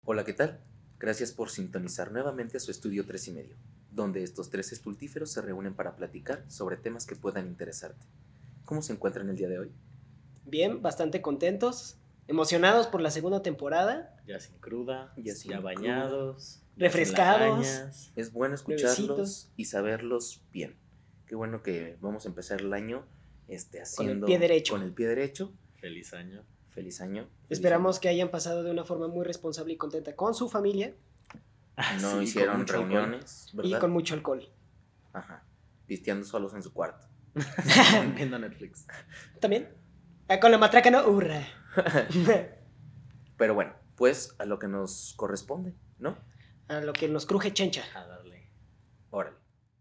Hola, ¿qué tal? Gracias por sintonizar nuevamente a su estudio 3 y medio, donde estos tres estultíferos se reúnen para platicar sobre temas que puedan interesarte. ¿Cómo se encuentran el día de hoy? Bien, bastante contentos, emocionados por la segunda temporada, Ya sin cruda, Ya sin ya cruda. bañados, ya sin refrescados, lagañas. Es bueno nuevecitos, escucharlos y saberlos bien. Qué bueno que vamos a empezar el año con el haciendo pie derecho. con el pie derecho. Feliz año. Feliz año. Esperamos que hayan pasado de una forma muy responsable y contenta con su familia No Sí, hicieron con mucho reuniones, y ¿verdad? con mucho alcohol. Ajá. Pisteando solos en su cuarto. alcohol. Viendo Netflix. ¿También? Con la matraca no, hurra. Pero bueno, pues a lo que nos corresponde, ¿no? A lo que nos cruje chencha. A darle. Órale.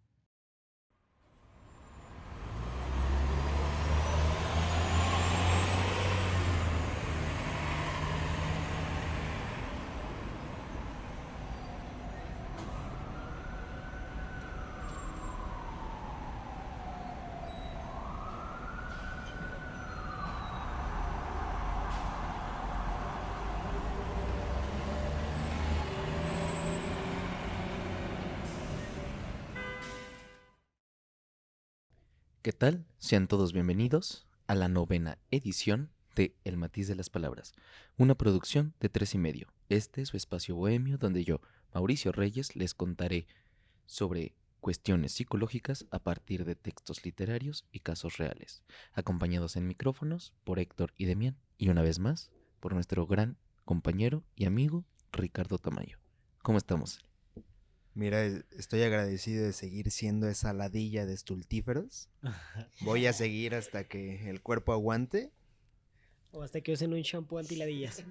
¿Qué tal? Sean todos bienvenidos a la 9ª edición de El Matiz de las Palabras, una producción de 3 y medio. Este es su espacio bohemio donde yo, Mauricio Reyes, les contaré sobre cuestiones psicológicas a partir de textos literarios y casos reales, acompañados en micrófonos por Héctor y Demián, y una vez más por nuestro gran compañero y amigo Ricardo Tamayo. ¿Cómo estamos? Mira, estoy agradecido de seguir siendo esa ladilla de estultíferos. Voy a seguir hasta que el cuerpo aguante. O hasta que usen un shampoo antiladillas.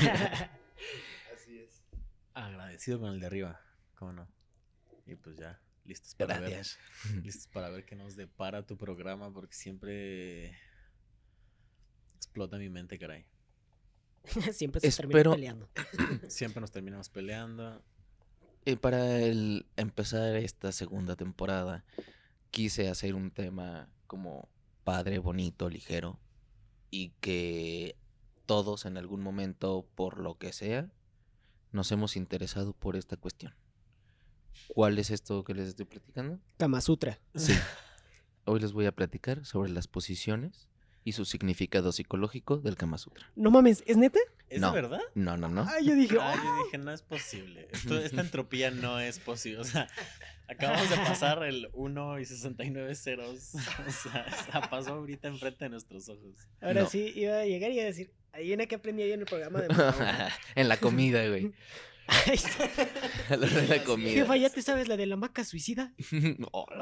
Así es. Agradecido con el de arriba. ¿Cómo no? Y pues ya, listos para ver qué nos depara tu programa, porque siempre explota mi mente, caray. Siempre se terminan peleando. Siempre nos terminamos peleando. Para empezar esta segunda temporada, quise hacer un tema como padre, bonito, ligero, y que todos en algún momento, por lo que sea, nos hemos interesado por esta cuestión. ¿Cuál es esto que les estoy platicando? Kama Sutra. Sí. Hoy les voy a platicar sobre las posiciones y su significado psicológico del Kama Sutra. No mames, ¿es neta? ¿Es No. de verdad? No. Ay, yo dije, Yo dije, no es posible. Esta entropía no es posible. O sea, acabamos de pasar el 1 y 69 ceros. O sea, pasó ahorita enfrente de nuestros ojos. ahora No. sí iba a llegar y iba a decir, hay una que aprendí ahí en el programa de mamá. En la comida, güey. A la hora de la comida. Jefa, ¿ya te sabes la de la maca suicida? Hola.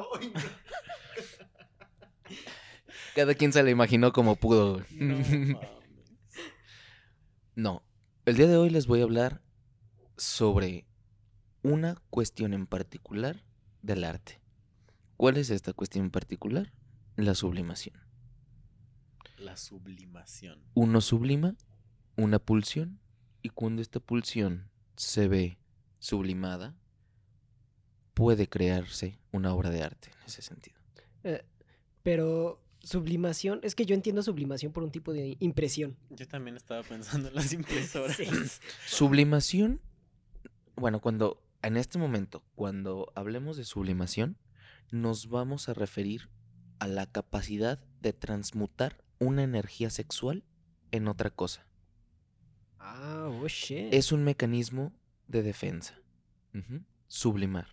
Cada quien se la imaginó como pudo, güey. No mames. No. El día de hoy les voy a hablar sobre una cuestión en particular del arte. ¿Cuál es esta cuestión en particular? La sublimación. La sublimación. Uno sublima una pulsión y cuando esta pulsión se ve sublimada, puede crearse una obra de arte en ese sentido. Pero sublimación, es que yo entiendo sublimación por un tipo de impresión. Yo también estaba pensando en las impresoras. Sí. Sublimación, bueno, en este momento, cuando hablemos de sublimación, nos vamos a referir a la capacidad de transmutar una energía sexual en otra cosa. Ah, oh shit. Es un mecanismo de defensa. Sublimar.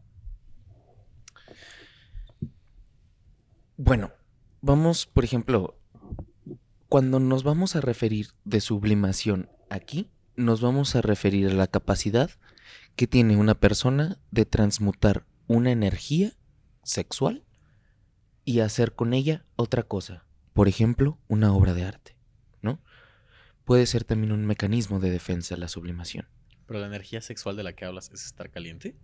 Bueno, vamos, por ejemplo, cuando nos vamos a referir de sublimación aquí, nos vamos a referir a la capacidad que tiene una persona de transmutar una energía sexual y hacer con ella otra cosa. Por ejemplo, una obra de arte, ¿no? Puede ser también un mecanismo de defensa la sublimación. ¿Pero la energía sexual de la que hablas es estar caliente?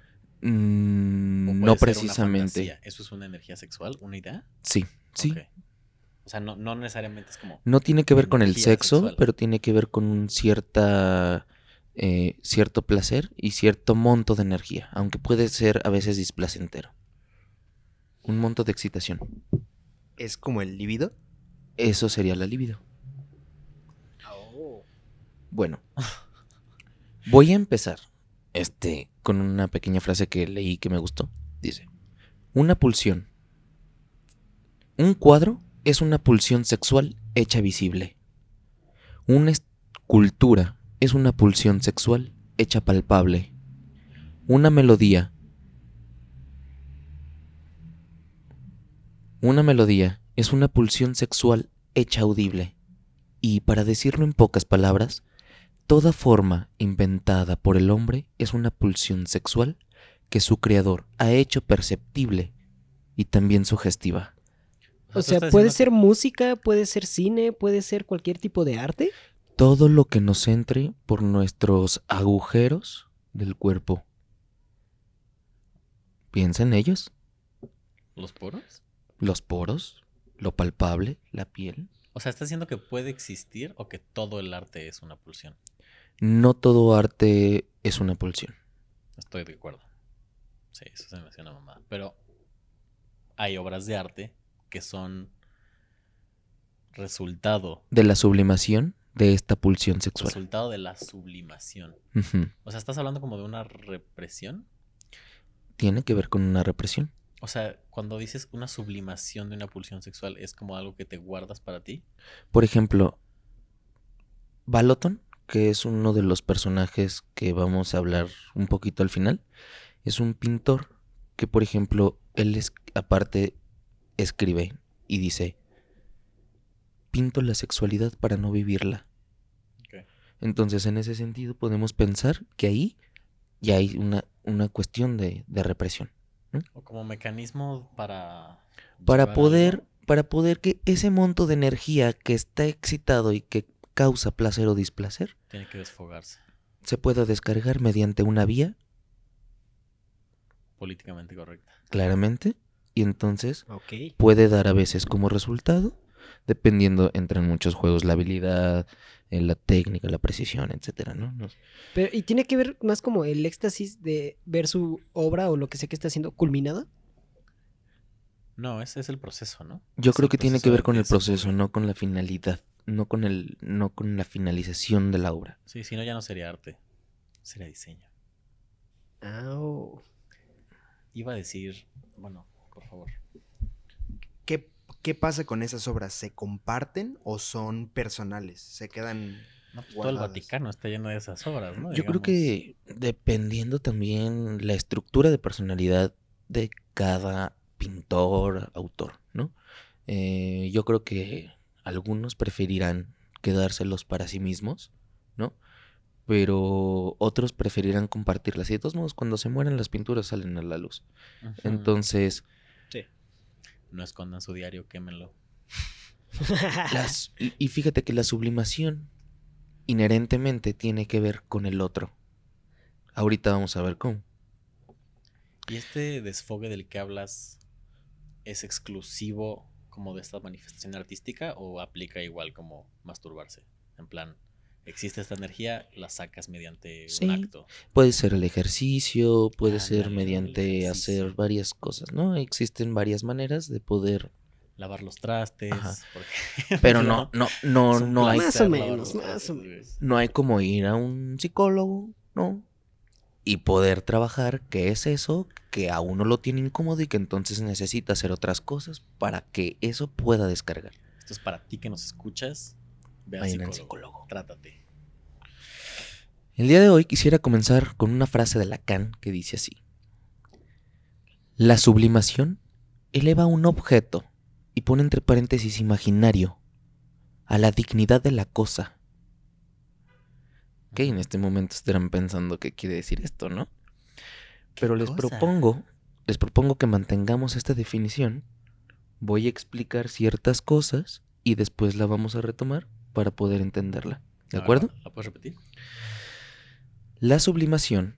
No ser precisamente. Una fantasía. ¿Eso es una energía sexual? ¿Una idea? Sí. Ok. O sea, no necesariamente es como... No tiene que ver con el energía sexo, sexual. pero tiene que ver con un cierto placer y cierto monto de energía, aunque puede ser a veces displacentero. Un monto de excitación. ¿Es como el líbido? Eso sería la libido. Oh. Bueno, Voy a empezar con una pequeña frase que leí que me gustó. Dice, una pulsión. Un cuadro es una pulsión sexual hecha visible. Una escultura es una pulsión sexual hecha palpable. Una melodía es una pulsión sexual hecha audible. Y, para decirlo en pocas palabras, toda forma inventada por el hombre es una pulsión sexual que su creador ha hecho perceptible y también sugestiva. O sea, puede ser música, puede ser cine, puede ser cualquier tipo de arte. Todo lo que nos entre por nuestros agujeros del cuerpo. Piensa en ellos. ¿Los poros? Los poros, lo palpable, la piel. O sea, ¿estás diciendo que puede existir o que todo el arte es una pulsión? No todo arte es una pulsión. Estoy de acuerdo. Sí, eso se me hace una mamada. Pero hay obras de arte que son resultado de la sublimación de esta pulsión sexual. Resultado de la sublimación. Uh-huh. O sea, ¿estás hablando como de una represión? Tiene que ver con una represión. O sea, cuando dices una sublimación de una pulsión sexual, ¿es como algo que te guardas para ti? Por ejemplo, Baloton, que es uno de los personajes que vamos a hablar un poquito al final, es un pintor que, por ejemplo, él aparte escribe y dice, pinto la sexualidad para no vivirla. Okay. Entonces, en ese sentido, podemos pensar que ahí ya hay una cuestión de represión, ¿no? O como mecanismo para poder que ese monto de energía que está excitado y que causa placer o displacer tiene que desfogarse. Se pueda descargar mediante una vía políticamente correcta. Claramente. Y entonces puede dar a veces como resultado, dependiendo, entran muchos juegos, la habilidad, la técnica, la precisión, etcétera, ¿no? Pero, ¿y tiene que ver más como el éxtasis de ver su obra o lo que sé que está haciendo culminada? No, ese es el proceso, ¿no? Yo creo que tiene que ver con el proceso, no con la finalidad, no con la finalización de la obra. Sí, si no ya no sería arte, sería diseño. Oh. Iba a decir, bueno, por favor. ¿Qué pasa con esas obras? ¿Se comparten o son personales? ¿Se quedan no, pues todo el Vaticano está lleno de esas obras, ¿no? Yo creo que dependiendo también la estructura de personalidad de cada pintor, autor, ¿no? Yo creo que algunos preferirán quedárselos para sí mismos, ¿no? Pero otros preferirán compartirlas. Y de todos modos, cuando se mueren las pinturas salen a la luz. Uh-huh. Entonces... Sí. No escondan su diario, quémenlo. Y fíjate que la sublimación inherentemente tiene que ver con el otro. Ahorita vamos a ver cómo. ¿Y este desfogue del que hablas es exclusivo como de esta manifestación artística o aplica igual como masturbarse? En plan, existe esta energía, la sacas mediante un acto. Puede ser el ejercicio, puede ser mediante hacer varias cosas, ¿no? Existen varias maneras de poder lavar los trastes, pero no hay más o menos. No hay como ir a un psicólogo, ¿no? Y poder trabajar qué es eso que a uno lo tiene incómodo y que entonces necesita hacer otras cosas para que eso pueda descargar. Esto es para ti que nos escuchas. Ve al psicólogo. Trátate. El día de hoy quisiera comenzar con una frase de Lacan que dice así: la sublimación eleva un objeto y pone entre paréntesis imaginario a la dignidad de la cosa. Que en este momento estarán pensando qué quiere decir esto, ¿no? Pero les propongo que mantengamos esta definición. Voy a explicar ciertas cosas y después la vamos a retomar para poder entenderla. ¿De acuerdo? ¿La puedes repetir? La sublimación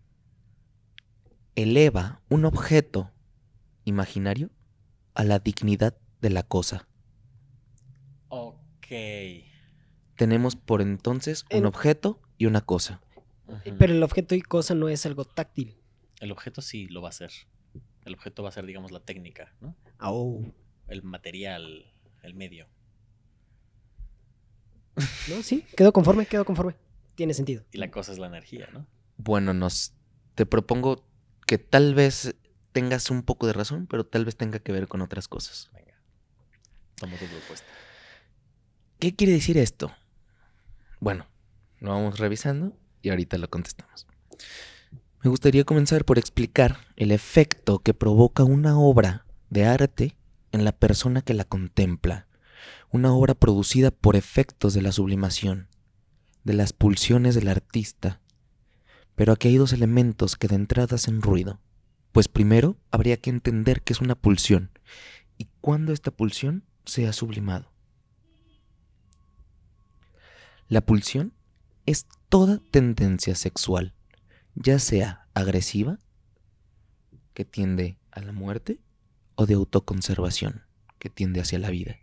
eleva un objeto imaginario a la dignidad de la cosa. Ok. Tenemos por entonces un objeto y una cosa. Uh-huh. Pero el objeto y cosa no es algo táctil. El objeto sí lo va a ser. El objeto va a ser, digamos, la técnica, ¿no? Oh. El material, el medio. No, sí, quedó conforme. Tiene sentido. Y la cosa es la energía, ¿no? Bueno, te propongo que tal vez tengas un poco de razón, pero tal vez tenga que ver con otras cosas. Venga, tomo tu propuesta. ¿Qué quiere decir esto? Bueno, lo vamos revisando y ahorita lo contestamos. Me gustaría comenzar por explicar el efecto que provoca una obra de arte en la persona que la contempla. Una obra producida por efectos de la sublimación, de las pulsiones del artista. Pero aquí hay dos elementos que de entrada hacen ruido. Pues primero habría que entender qué es una pulsión y cuándo esta pulsión se ha sublimado. La pulsión es toda tendencia sexual, ya sea agresiva, que tiende a la muerte, o de autoconservación, que tiende hacia la vida.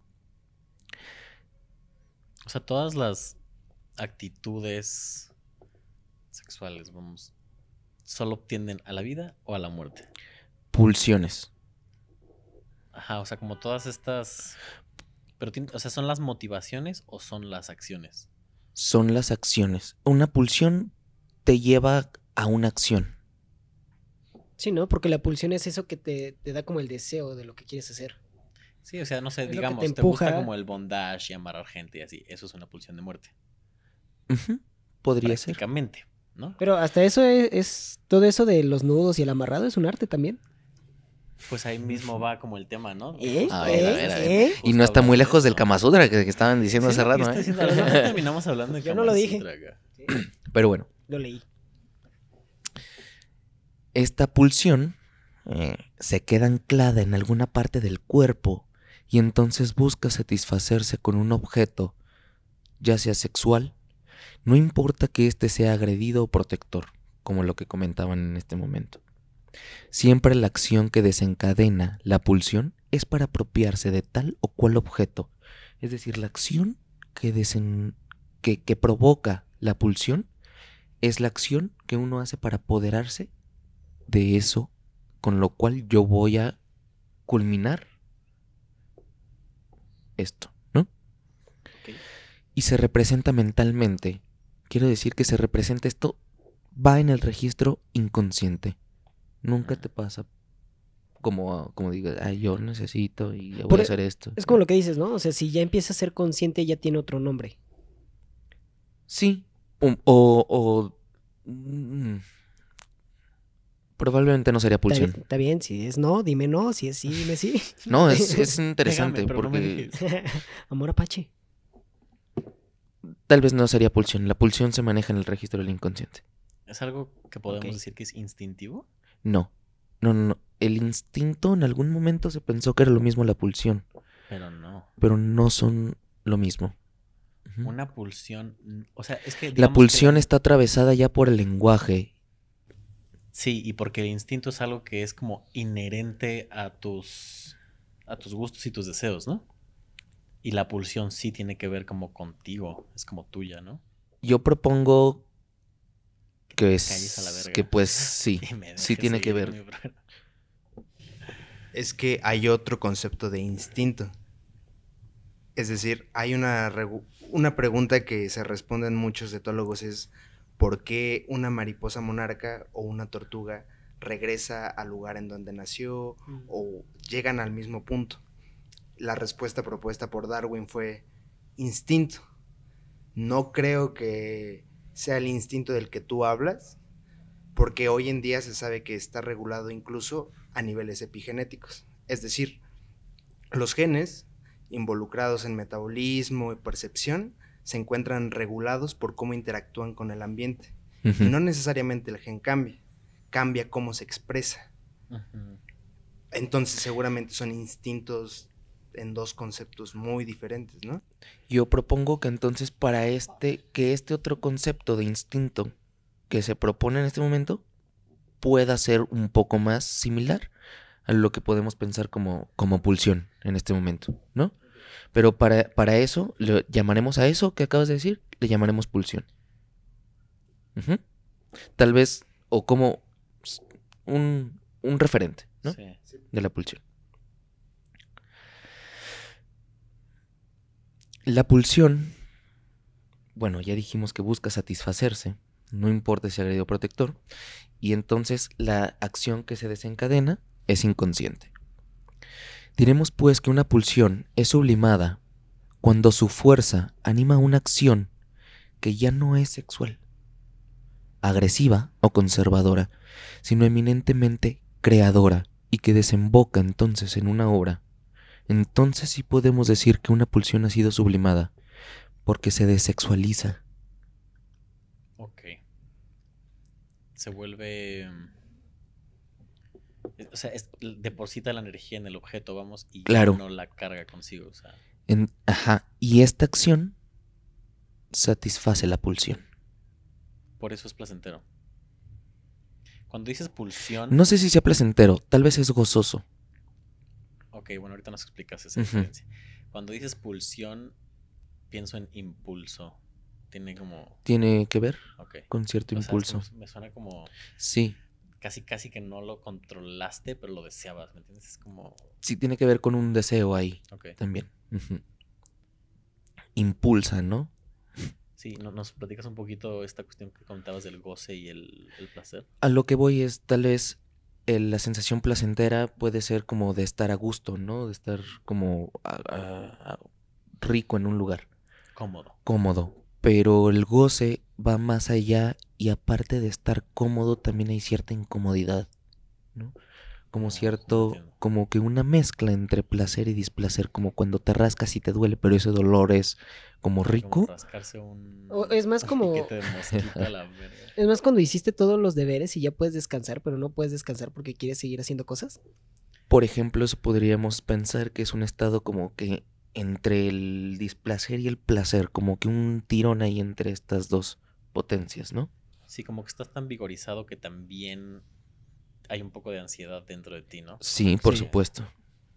O sea, todas las actitudes sexuales, vamos, solo tienden a la vida o a la muerte. Pulsiones. Ajá, o sea, como todas estas... Pero, o sea, ¿son las motivaciones o son las acciones? Son las acciones. Una pulsión te lleva a una acción. Sí, ¿no? Porque la pulsión es eso que te da como el deseo de lo que quieres hacer. Sí, o sea, no sé, Es lo que digamos, te te gusta empuja. como el bondage y amarrar gente y así. Eso es una pulsión de muerte. Ujú, podría ser. Prácticamente, ¿no? Pero hasta eso todo eso de los nudos y el amarrado es un arte también. Pues ahí mismo va como el tema, ¿no? A ver, a ver, a ver. ¿Eh? Y no está muy lejos del Kama Sutra que estaban diciendo hace rato, ¿eh? No terminamos hablando de Yo no lo Kama dije. Sutra acá. Pero bueno, Lo leí. esta pulsión se queda anclada en alguna parte del cuerpo y entonces busca satisfacerse con un objeto, ya sea sexual, no importa que éste sea agredido o protector, como lo que comentaban en este momento. Siempre la acción que desencadena la pulsión es para apropiarse de tal o cual objeto. Es decir, la acción que provoca la pulsión es la acción que uno hace para apoderarse de eso con lo cual yo voy a culminar esto, ¿no? Ok. Y se representa mentalmente. Quiero decir que se representa esto, va en el registro inconsciente. Nunca te pasa como digas, ay, yo necesito y ya voy a hacer esto. Es como lo que dices, ¿no? O sea, si ya empieza a ser consciente, ya tiene otro nombre. Sí, probablemente no sería pulsión. Está bien, si es no, dime no, si es sí, dime sí. No, es interesante Pégame, pero no me porque dejes. Amor apache. tal vez no sería pulsión. La pulsión se maneja en el registro del inconsciente. ¿Es algo que podemos Ok. decir que es instintivo? No. El instinto en algún momento se pensó que era lo mismo la pulsión, Pero no. pero no son lo mismo. Ujú. Una pulsión... O sea, es que La digamos que pulsión está atravesada ya por el lenguaje. Sí, y porque el instinto es algo que es como inherente a tus gustos y tus deseos, ¿no? Y la pulsión sí tiene que ver como contigo, es como tuya, ¿no? Yo propongo que calles a la verga. pues sí, Y me sí dejes tiene que seguir con ver. mi programa. Es que hay otro concepto de instinto. Es decir, hay una pregunta que se responden muchos etólogos es ¿por qué una mariposa monarca o una tortuga regresa al lugar en donde nació o llegan al mismo punto? La respuesta propuesta por Darwin fue instinto. No creo que sea el instinto del que tú hablas, porque hoy en día se sabe que está regulado incluso a niveles epigenéticos. Es decir, los genes involucrados en metabolismo y percepción se encuentran regulados por cómo interactúan con el ambiente. Ujú. Y no necesariamente el gen cambia cómo se expresa. Ujú. Entonces seguramente son instintos en dos conceptos muy diferentes, ¿no? Yo propongo que entonces que este otro concepto de instinto que se propone en este momento pueda ser un poco más similar a lo que podemos pensar como pulsión en este momento, ¿no? Pero para eso, le llamaremos a eso que acabas de decir, le llamaremos pulsión. Ujú. Tal vez, o como un referente, ¿no? Sí. De la pulsión. La pulsión, bueno, ya dijimos que busca satisfacerse, no importa si agredido o protector, y entonces la acción que se desencadena es inconsciente. Diremos pues que una pulsión es sublimada cuando su fuerza anima una acción que ya no es sexual, agresiva o conservadora, sino eminentemente creadora y que desemboca entonces en una obra. Entonces sí podemos decir que una pulsión ha sido sublimada porque se desexualiza. Ok. Se vuelve... O sea, deposita la energía en el objeto, vamos, y Claro. ya no la carga consigo. O sea, Y esta acción satisface la pulsión. por eso es placentero. Cuando dices pulsión... No sé si sea placentero, tal vez es gozoso. Ok, bueno, ahorita nos explicas esa Ujú. diferencia. Cuando dices pulsión, pienso en impulso. Tiene como... Tiene que ver Ok. con cierto O sea, impulso. me suena como... Sí, Casi que no lo controlaste, pero lo deseabas, ¿me entiendes? Es como... sí tiene que ver con un deseo ahí Ok. también. Ujú. Impulsa, ¿no? Sí, ¿nos platicas un poquito esta cuestión que comentabas del goce y el placer? A lo que voy es tal vez la sensación placentera puede ser como de estar a gusto, ¿no? De estar como rico en un lugar, Cómodo. cómodo. Pero el goce va más allá y aparte de estar cómodo también hay cierta incomodidad, ¿no? Como No cierto, entiendo. como que una mezcla entre placer y displacer, como cuando te rascas y te duele, pero ese dolor es como Como rico. rascarse un O es más como- piquete de mosquita a la verga. Es más cuando hiciste todos los deberes y ya puedes descansar, pero no puedes descansar porque quieres seguir haciendo cosas. Por ejemplo, eso podríamos pensar que es un estado como que entre el displacer y el placer, como que un tirón ahí entre estas dos potencias, ¿no? Sí, como que estás tan vigorizado que también hay un poco de ansiedad dentro de ti, ¿no? Sí, por Sí. supuesto.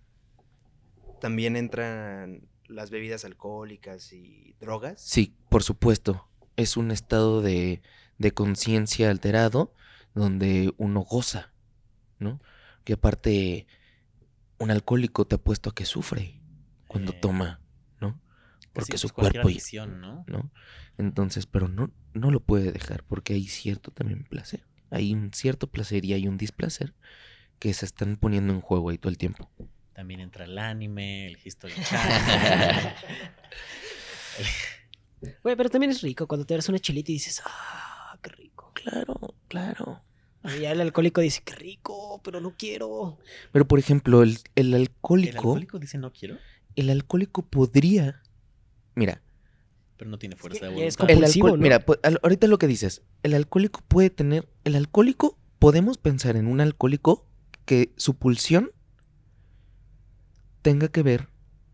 También entran las bebidas alcohólicas y drogas. Sí, por supuesto. Es un estado de conciencia alterado donde uno goza, ¿no? Que aparte, un alcohólico te apuesto a que sufre cuando Eh, toma, ¿no? Casi, Porque pues, su cualquier cuerpo, adicción, ¿no? ¿no? Entonces, pero no lo puede dejar porque hay cierto también placer. Hay un cierto placer y hay un displacer que se están poniendo en juego ahí todo el tiempo. También entra el anime, el History Channel. Güey, pero también es rico cuando te das una chelita y dices, qué rico. Claro, claro. Y ya el alcohólico dice, qué rico, pero no quiero. Pero por ejemplo, el ¿El alcohólico, alcohólico dice no quiero? el alcohólico podría, mira, Pero no tiene fuerza que de ya es voluntad. el compulsivo, alcohol, ¿no? mira, ahorita lo que dices, el alcohólico puede tener, el alcohólico, podemos pensar en un alcohólico que su pulsión tenga que ver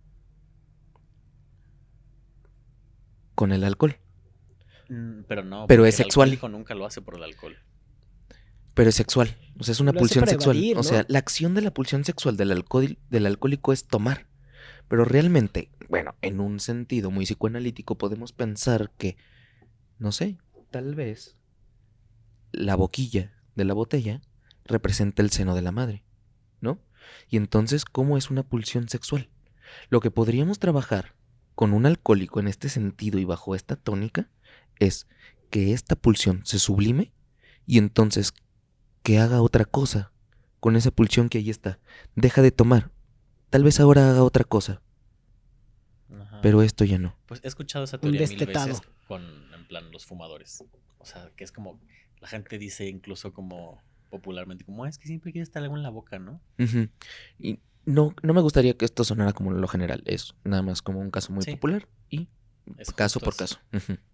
con el alcohol, Pero no, Pero porque es el sexual. alcohólico nunca lo hace por el alcohol. pero es sexual, o sea, es una Lo hace pulsión para sexual, evadir, o sea, ¿no? la acción de la pulsión sexual del alcohólico es tomar, pero realmente, bueno, en un sentido muy psicoanalítico podemos pensar que, no sé, tal vez la boquilla de la botella representa el seno de la madre, ¿no? Y entonces, ¿cómo es una pulsión sexual? Lo que podríamos trabajar con un alcohólico en este sentido y bajo esta tónica es que esta pulsión se sublime y entonces que haga otra cosa con esa pulsión que ahí está. Deja de tomar. Tal vez ahora haga otra cosa, Ajá. pero esto ya no. Pues he escuchado esa teoría mil destetado. veces con, en plan, los fumadores. O sea, que es como, la gente dice incluso como popularmente, como, es que siempre quiere estar algo en la boca, ¿no? Ujú. Y no me gustaría que esto sonara como lo general. Es nada más como un caso muy Sí. popular y Es caso justo por eso. caso. Ujú.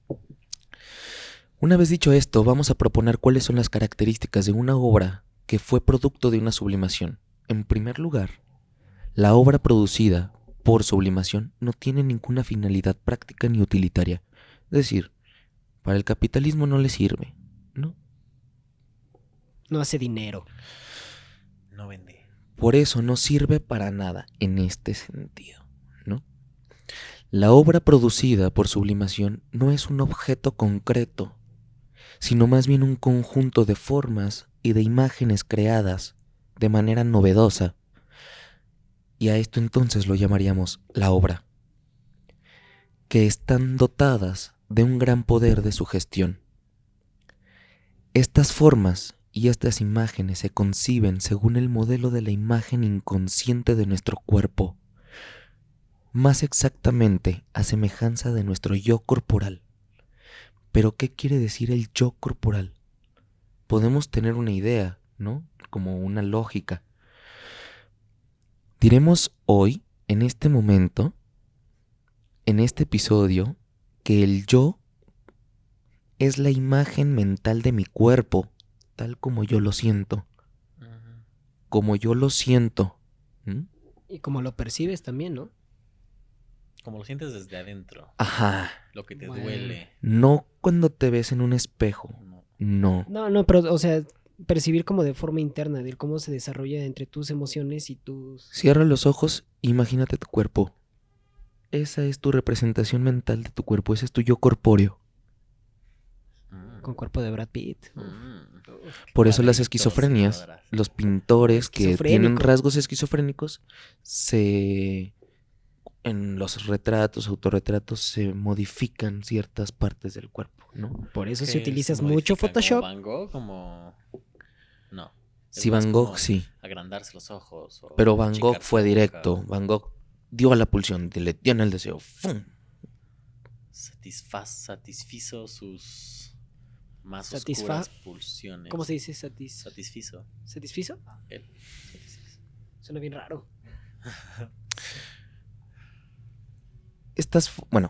Una vez dicho esto, vamos a proponer cuáles son las características de una obra que fue producto de una sublimación. En primer lugar, la obra producida por sublimación no tiene ninguna finalidad práctica ni utilitaria. Es decir, para el capitalismo no le sirve, ¿no? No hace dinero. No vende. Por eso no sirve para nada en este sentido, ¿no? La obra producida por sublimación no es un objeto concreto, sino más bien un conjunto de formas y de imágenes creadas de manera novedosa. Y a esto entonces lo llamaríamos la obra, que están dotadas de un gran poder de sugestión. Estas formas y estas imágenes se conciben según el modelo de la imagen inconsciente de nuestro cuerpo, más exactamente a semejanza de nuestro yo corporal. Pero, ¿qué quiere decir el yo corporal? Podemos tener una idea, ¿no? Como una lógica. Diremos hoy, en este momento, en este episodio, que el yo es la imagen mental de mi cuerpo, tal como yo lo siento. Como yo lo siento. ¿Mm? Y como lo percibes también, ¿no? Como lo sientes desde adentro. Ajá. Lo que te Bueno. duele. No cuando te ves en un espejo. No. No. No, pero, o sea, percibir como de forma interna, de cómo se desarrolla entre tus emociones y tus... Cierra los ojos, imagínate tu cuerpo. Esa es tu representación mental de tu cuerpo, ese es tu yo corpóreo. Con cuerpo de Brad Pitt. Por eso las Cuadritos y esquizofrenias, cuadras. los pintores que tienen Esquizofrénico. rasgos esquizofrénicos, en los retratos, autorretratos, se modifican ciertas partes del cuerpo, ¿no? Por eso si ¿Qué utilizas se mucho modifican? Photoshop, ¿Como Van Gogh? Como... No. Es Sí, más Van Gogh como sí, agrandarse los ojos. O pero Van Gogh achicarse fue la boca, directo. o Van Gogh dio a la pulsión, le dio en el deseo. ¡Fum! Satisfizo sus más Satisfa- oscuras pulsiones. ¿cómo se dice? Satisfizo. ¿Satisfizo? Él. Satisfizo. Suena bien raro. Bueno,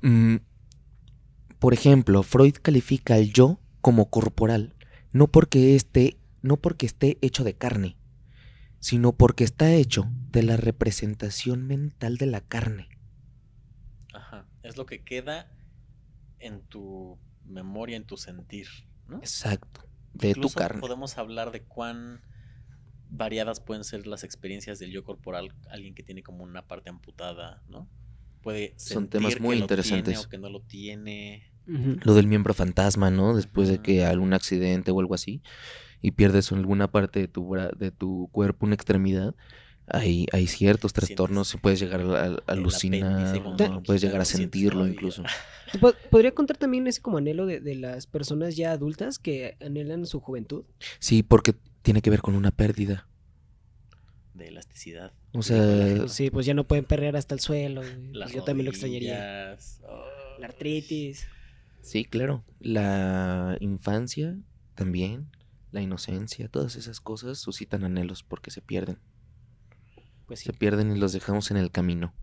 por ejemplo, Freud califica al yo como corporal, no porque esté hecho de carne, sino porque está hecho de la representación mental de la carne. Ajá. Es lo que queda en tu memoria, en tu sentir, ¿no? Exacto, de Incluso tu carne. podemos hablar de cuán variadas pueden ser las experiencias del yo corporal. Alguien que tiene como una parte amputada, ¿no? Puede Son sentir temas muy que interesantes. lo tiene o que no lo tiene. Ujú. Lo del miembro fantasma, ¿no? Después de Ajá. que algún accidente o algo así y pierdes alguna parte de tu cuerpo, una extremidad, hay ciertos trastornos, Sientes puedes llegar a el alucinar, apéndice, cuando ¿no? lo Puedes quitan, llegar a lo sientes sentirlo todavía. incluso. ¿Podría contar también ese como anhelo de las personas ya adultas que anhelan su juventud? Sí, porque tiene que ver con una pérdida. De elasticidad. O y sea, de colágeno. Pues sí, pues ya no pueden perrear hasta el suelo. Güey. Las Yo también lo extrañaría. rodillas. La artritis. sí, claro. La infancia también, la inocencia, todas esas cosas suscitan anhelos porque se pierden. Pues sí. Se pierden y los dejamos en el camino.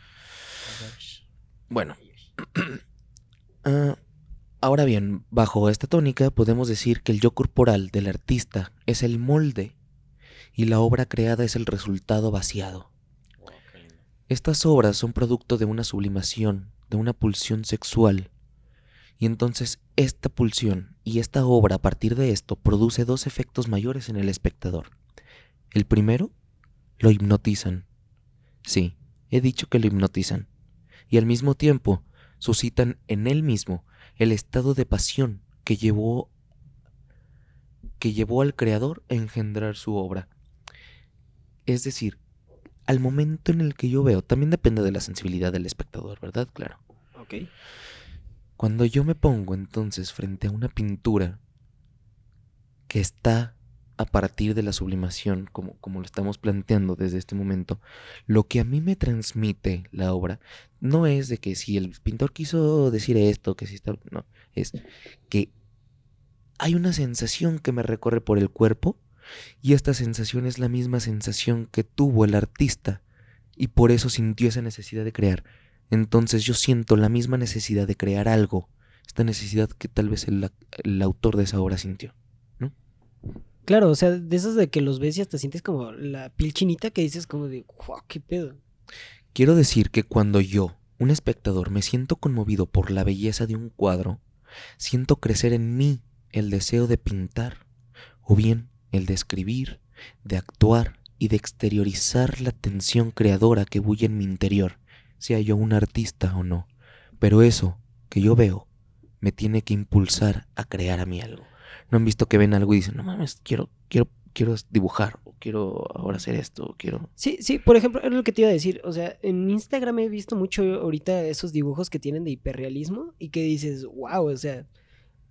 Bueno. Ahora bien, bajo esta tónica podemos decir que el yo corporal del artista es el molde y la obra creada es el resultado vaciado. Wow, qué lindo. Estas obras son producto de una sublimación, de una pulsión sexual. Y entonces esta pulsión y esta obra a partir de esto produce dos efectos mayores en el espectador. El primero, lo hipnotizan. Sí, he dicho que lo hipnotizan. Y al mismo tiempo suscitan en él mismo el estado de pasión que llevó al creador a engendrar su obra. Es decir, al momento en el que yo veo, también depende de la sensibilidad del espectador, ¿verdad? Claro. Ok. Cuando yo me pongo entonces frente a una pintura que está a partir de la sublimación, como lo estamos planteando desde este momento, lo que a mí me transmite la obra no es de que si el pintor quiso decir esto, que si está... No, es que hay una sensación que me recorre por el cuerpo y esta sensación es la misma sensación que tuvo el artista y por eso sintió esa necesidad de crear. Entonces yo siento la misma necesidad de crear algo, esta necesidad que tal vez el autor de esa obra sintió. Claro, o sea, de esos de que los ves y hasta sientes como la piel chinita que dices como de, wow, qué pedo. Quiero decir que cuando yo, un espectador, me siento conmovido por la belleza de un cuadro, siento crecer en mí el deseo de pintar, o bien el de escribir, de actuar y de exteriorizar la tensión creadora que bulle en mi interior, sea yo un artista o no. Pero eso que yo veo me tiene que impulsar a crear a mí algo. ¿No han visto que ven algo y dicen, no mames, quiero dibujar, o quiero ahora hacer esto, o quiero... Sí, por ejemplo, es lo que te iba a decir. O sea, en Instagram he visto mucho ahorita esos dibujos que tienen de hiperrealismo y que dices, wow, o sea,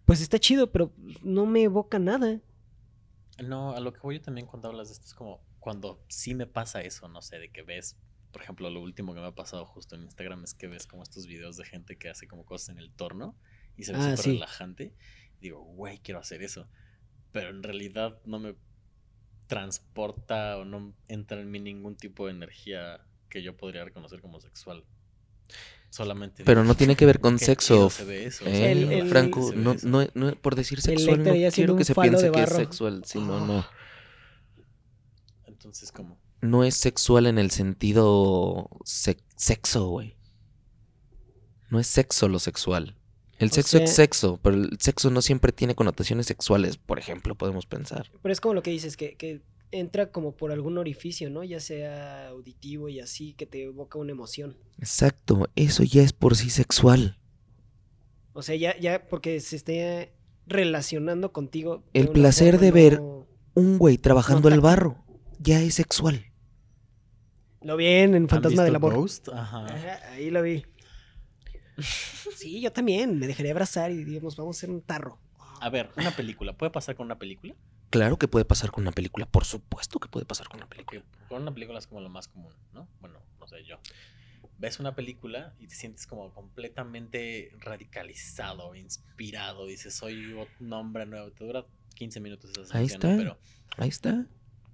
pues está chido, pero no me evoca nada. No, a lo que voy yo también cuando hablas de esto es como cuando sí me pasa eso, no sé, de que ves, por ejemplo, lo último que me ha pasado justo en Instagram es que ves como estos videos de gente que hace como cosas en el torno y se ve súper Sí. relajante. Digo, güey, quiero hacer eso. Pero en realidad no me transporta o no entra en mí ningún tipo de energía que yo podría reconocer como sexual. Solamente Pero digo, no tiene que ver con qué sexo. chido se ve eso. O sea, qué relajante Franco, se ve no, eso. no, por decir sexual, Héctor no ya haciendo quiero que un se falo piense de que es barro. sexual. Sí, no. Entonces, ¿cómo? No es sexual en el sentido sexo, güey. No es sexo lo sexual. El O sexo sea- es sexo, pero el sexo no siempre tiene connotaciones sexuales, por ejemplo, podemos pensar. Pero es como lo que dices, que entra como por algún orificio, ¿no? Ya sea auditivo y así, que te evoca una emoción. Exacto, eso ya es por sí sexual. O sea, ya porque se esté relacionando contigo. El una placer forma de ver no- un güey trabajando No el táctil. barro ya es sexual. Lo vi en Fantasma ¿Han del visto Amor. Ghost? Ajá. Ajá, ahí lo vi. Sí, yo también. Me dejaría abrazar y digamos, vamos a hacer un tarro. A ver, una película. ¿Puede pasar con una película? Claro que puede pasar con una película, por supuesto que puede pasar con una película. Porque con una película es como lo más común, ¿no? Bueno, no sé, yo. Ves una película y te sientes como completamente radicalizado, inspirado. Dices, soy un hombre nuevo. Te dura 15 minutos esa Ahí sensación, ¿no? está. Pero, Ahí está.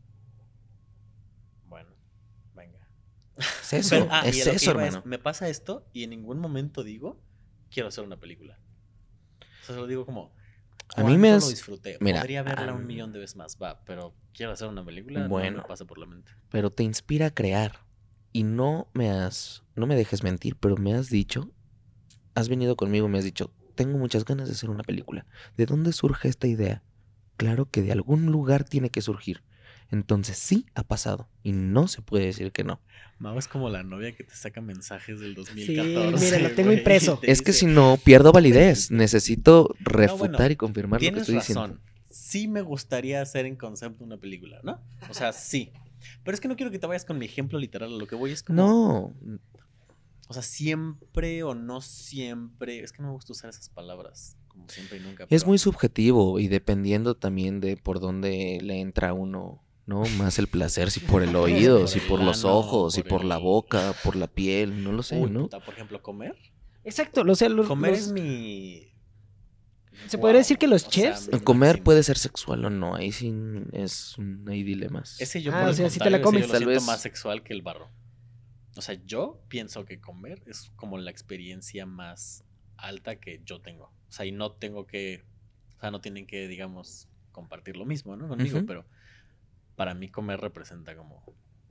bueno, venga. Es eso, Pero, y es a lo que eso, iba hermano. me pasa esto y en ningún momento digo, quiero hacer una película. O sea, se lo digo como, A mí me ¿cuánto has- lo disfruté? mira, Podría verla a un mí- millón de veces más, va, pero quiero hacer una película, no Bueno. me pasa por la mente. Pero te inspira a crear. Y no me dejes mentir, pero me has dicho, has venido conmigo y me has dicho, tengo muchas ganas de hacer una película. ¿De dónde surge esta idea? Claro que de algún lugar tiene que surgir. Entonces sí ha pasado y no se puede decir que no. Mau es como la novia que te saca mensajes del Sí, 2014. mira, lo tengo güey, impreso. y te Es que dice, si no, pierdo "Tú me validez. dijiste". Necesito refutar bueno, y confirmar lo que Tienes estoy razón. diciendo. Sí me gustaría hacer en concepto una película, ¿no? O sea, sí. Pero es que no quiero que te vayas con mi ejemplo literal. A lo que voy es como... No, O sea, siempre o no siempre. Es que no me gusta usar esas palabras. Como siempre y nunca. es pero- muy subjetivo y dependiendo también de por dónde le entra a uno, ¿no? Más el placer, si por el oído, Por si el por los ano, ojos, si por por la el- boca, por la piel, no lo sé, Uy, ¿no? puta, por ejemplo, comer. Exacto, o sea, Comer es mi... Se podría decir que los o sea, chefs- mi Comer máximo. puede ser sexual o no, ahí sí hay dilemas. Ese yo Ah, por o el sea, sí te la contrario, ese comes. yo lo Tal siento vez- más sexual que el barro. O sea, yo pienso que comer es como la experiencia más alta que yo tengo. O sea, y no tengo que... O sea, no tienen que, digamos, compartir lo mismo, ¿no? Conmigo, Ujú. pero para mí comer representa como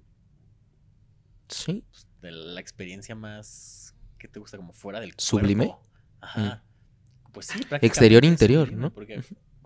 Sí, pues, de la experiencia más... ¿Qué te gusta? Como fuera del ¿Sublime? cuerpo. Ajá. Pues sí, prácticamente Exterior, es interior, sublime, ¿no? porque...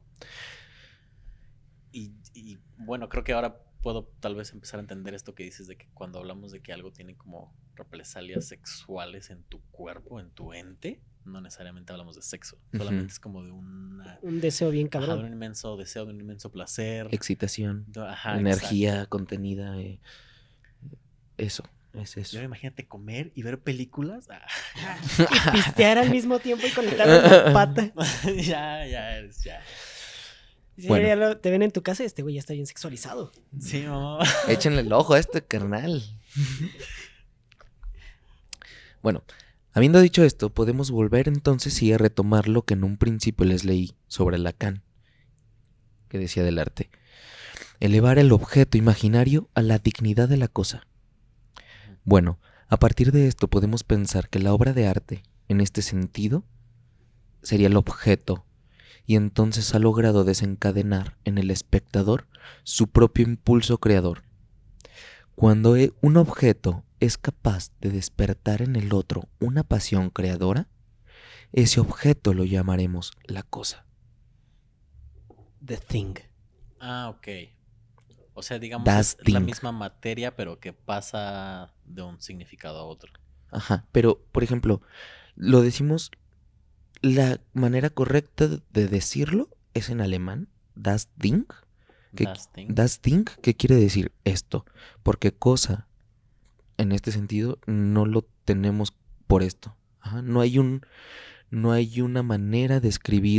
Y bueno, creo que ahora puedo tal vez empezar a entender esto que dices de que cuando hablamos de que algo tiene como represalias sexuales en tu cuerpo, en tu ente, no necesariamente hablamos de sexo. Solamente Ujú. es como de una... Un deseo bien Ajá, de cabrón. un inmenso deseo, de un inmenso placer. excitación, Ajá, energía exacto. contenida, eso, es eso. Y ahora imagínate comer y ver películas. Ah. Y pistear al mismo tiempo y conectarlo en la pata. ya eres, ya. Sí, Bueno. ya te ven en tu casa, este güey ya está bien sexualizado. Sí, no. Échenle el ojo a este carnal. Bueno, habiendo dicho esto, podemos volver entonces sí a retomar lo que en un principio les leí sobre Lacan, que decía del arte. Elevar el objeto imaginario a la dignidad de la cosa. Bueno, a partir de esto podemos pensar que la obra de arte, en este sentido, sería el objeto, y entonces ha logrado desencadenar en el espectador su propio impulso creador. Cuando un objeto es capaz de despertar en el otro una pasión creadora, ese objeto lo llamaremos la cosa. The Thing. Ah, ok. O sea, digamos, Das es la Ding. misma materia, pero que pasa de un significado a otro. Ajá, pero, por ejemplo, lo decimos, la manera correcta de decirlo es en alemán, das Ding. ¿Qué- Das Ding. Das Ding, ¿qué quiere decir esto? Porque cosa, en este sentido, no lo tenemos por esto. Ajá, no hay una manera de escribir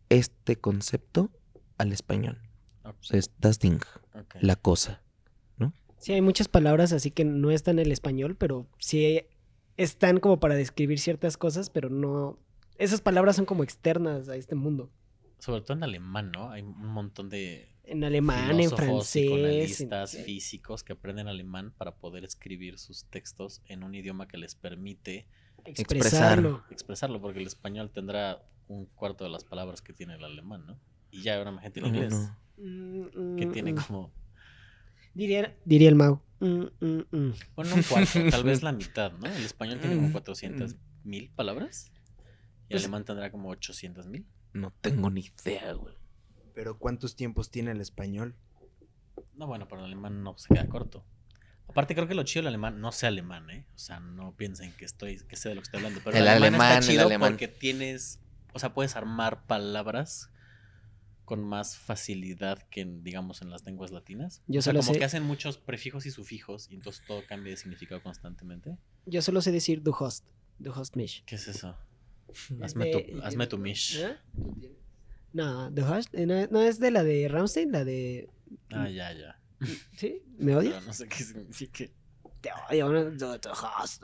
este concepto al español. O sea, es das Ding, Ok. la cosa. Sí, hay muchas palabras así que no están en el español, pero sí están como para describir ciertas cosas, pero no... Esas palabras son como externas a este mundo. Sobre todo en alemán, ¿no? Hay un montón de En alemán, en filósofos, francés. psicoanalistas, en- físicos que aprenden alemán para poder escribir sus textos en un idioma que les permite expresarlo. expresarlo, porque el español tendrá un cuarto de las palabras que tiene el alemán, ¿no? Y ya ahora imagínate el No, inglés, no. que tiene como, Diría el Mau. bueno, no un cuarto, tal vez la mitad, ¿no? El español tiene como 400,000 palabras y el Pues- alemán tendrá como 800,000. No tengo ni idea, güey. Pero ¿cuántos tiempos tiene el español? No, bueno, pero el alemán no se queda corto. Aparte, creo que lo chido del alemán, no sé alemán, ¿eh? O sea, no piensen que sé de lo que estoy hablando. Pero El alemán, está el chido alemán. porque tienes, o sea, puedes armar palabras con más facilidad que, digamos, en las lenguas latinas. Yo O sea, solo como sé- que hacen muchos prefijos y sufijos y entonces todo cambia de significado constantemente. Yo solo sé decir du host mich. ¿Qué es eso? Es Hazme tu mish. ¿Eh? No, du host, no es de la de Rammstein, la de... Ah, ya. ¿Sí? ¿Me odias? Pero no sé qué significa. Te odio, ¿no? Du host.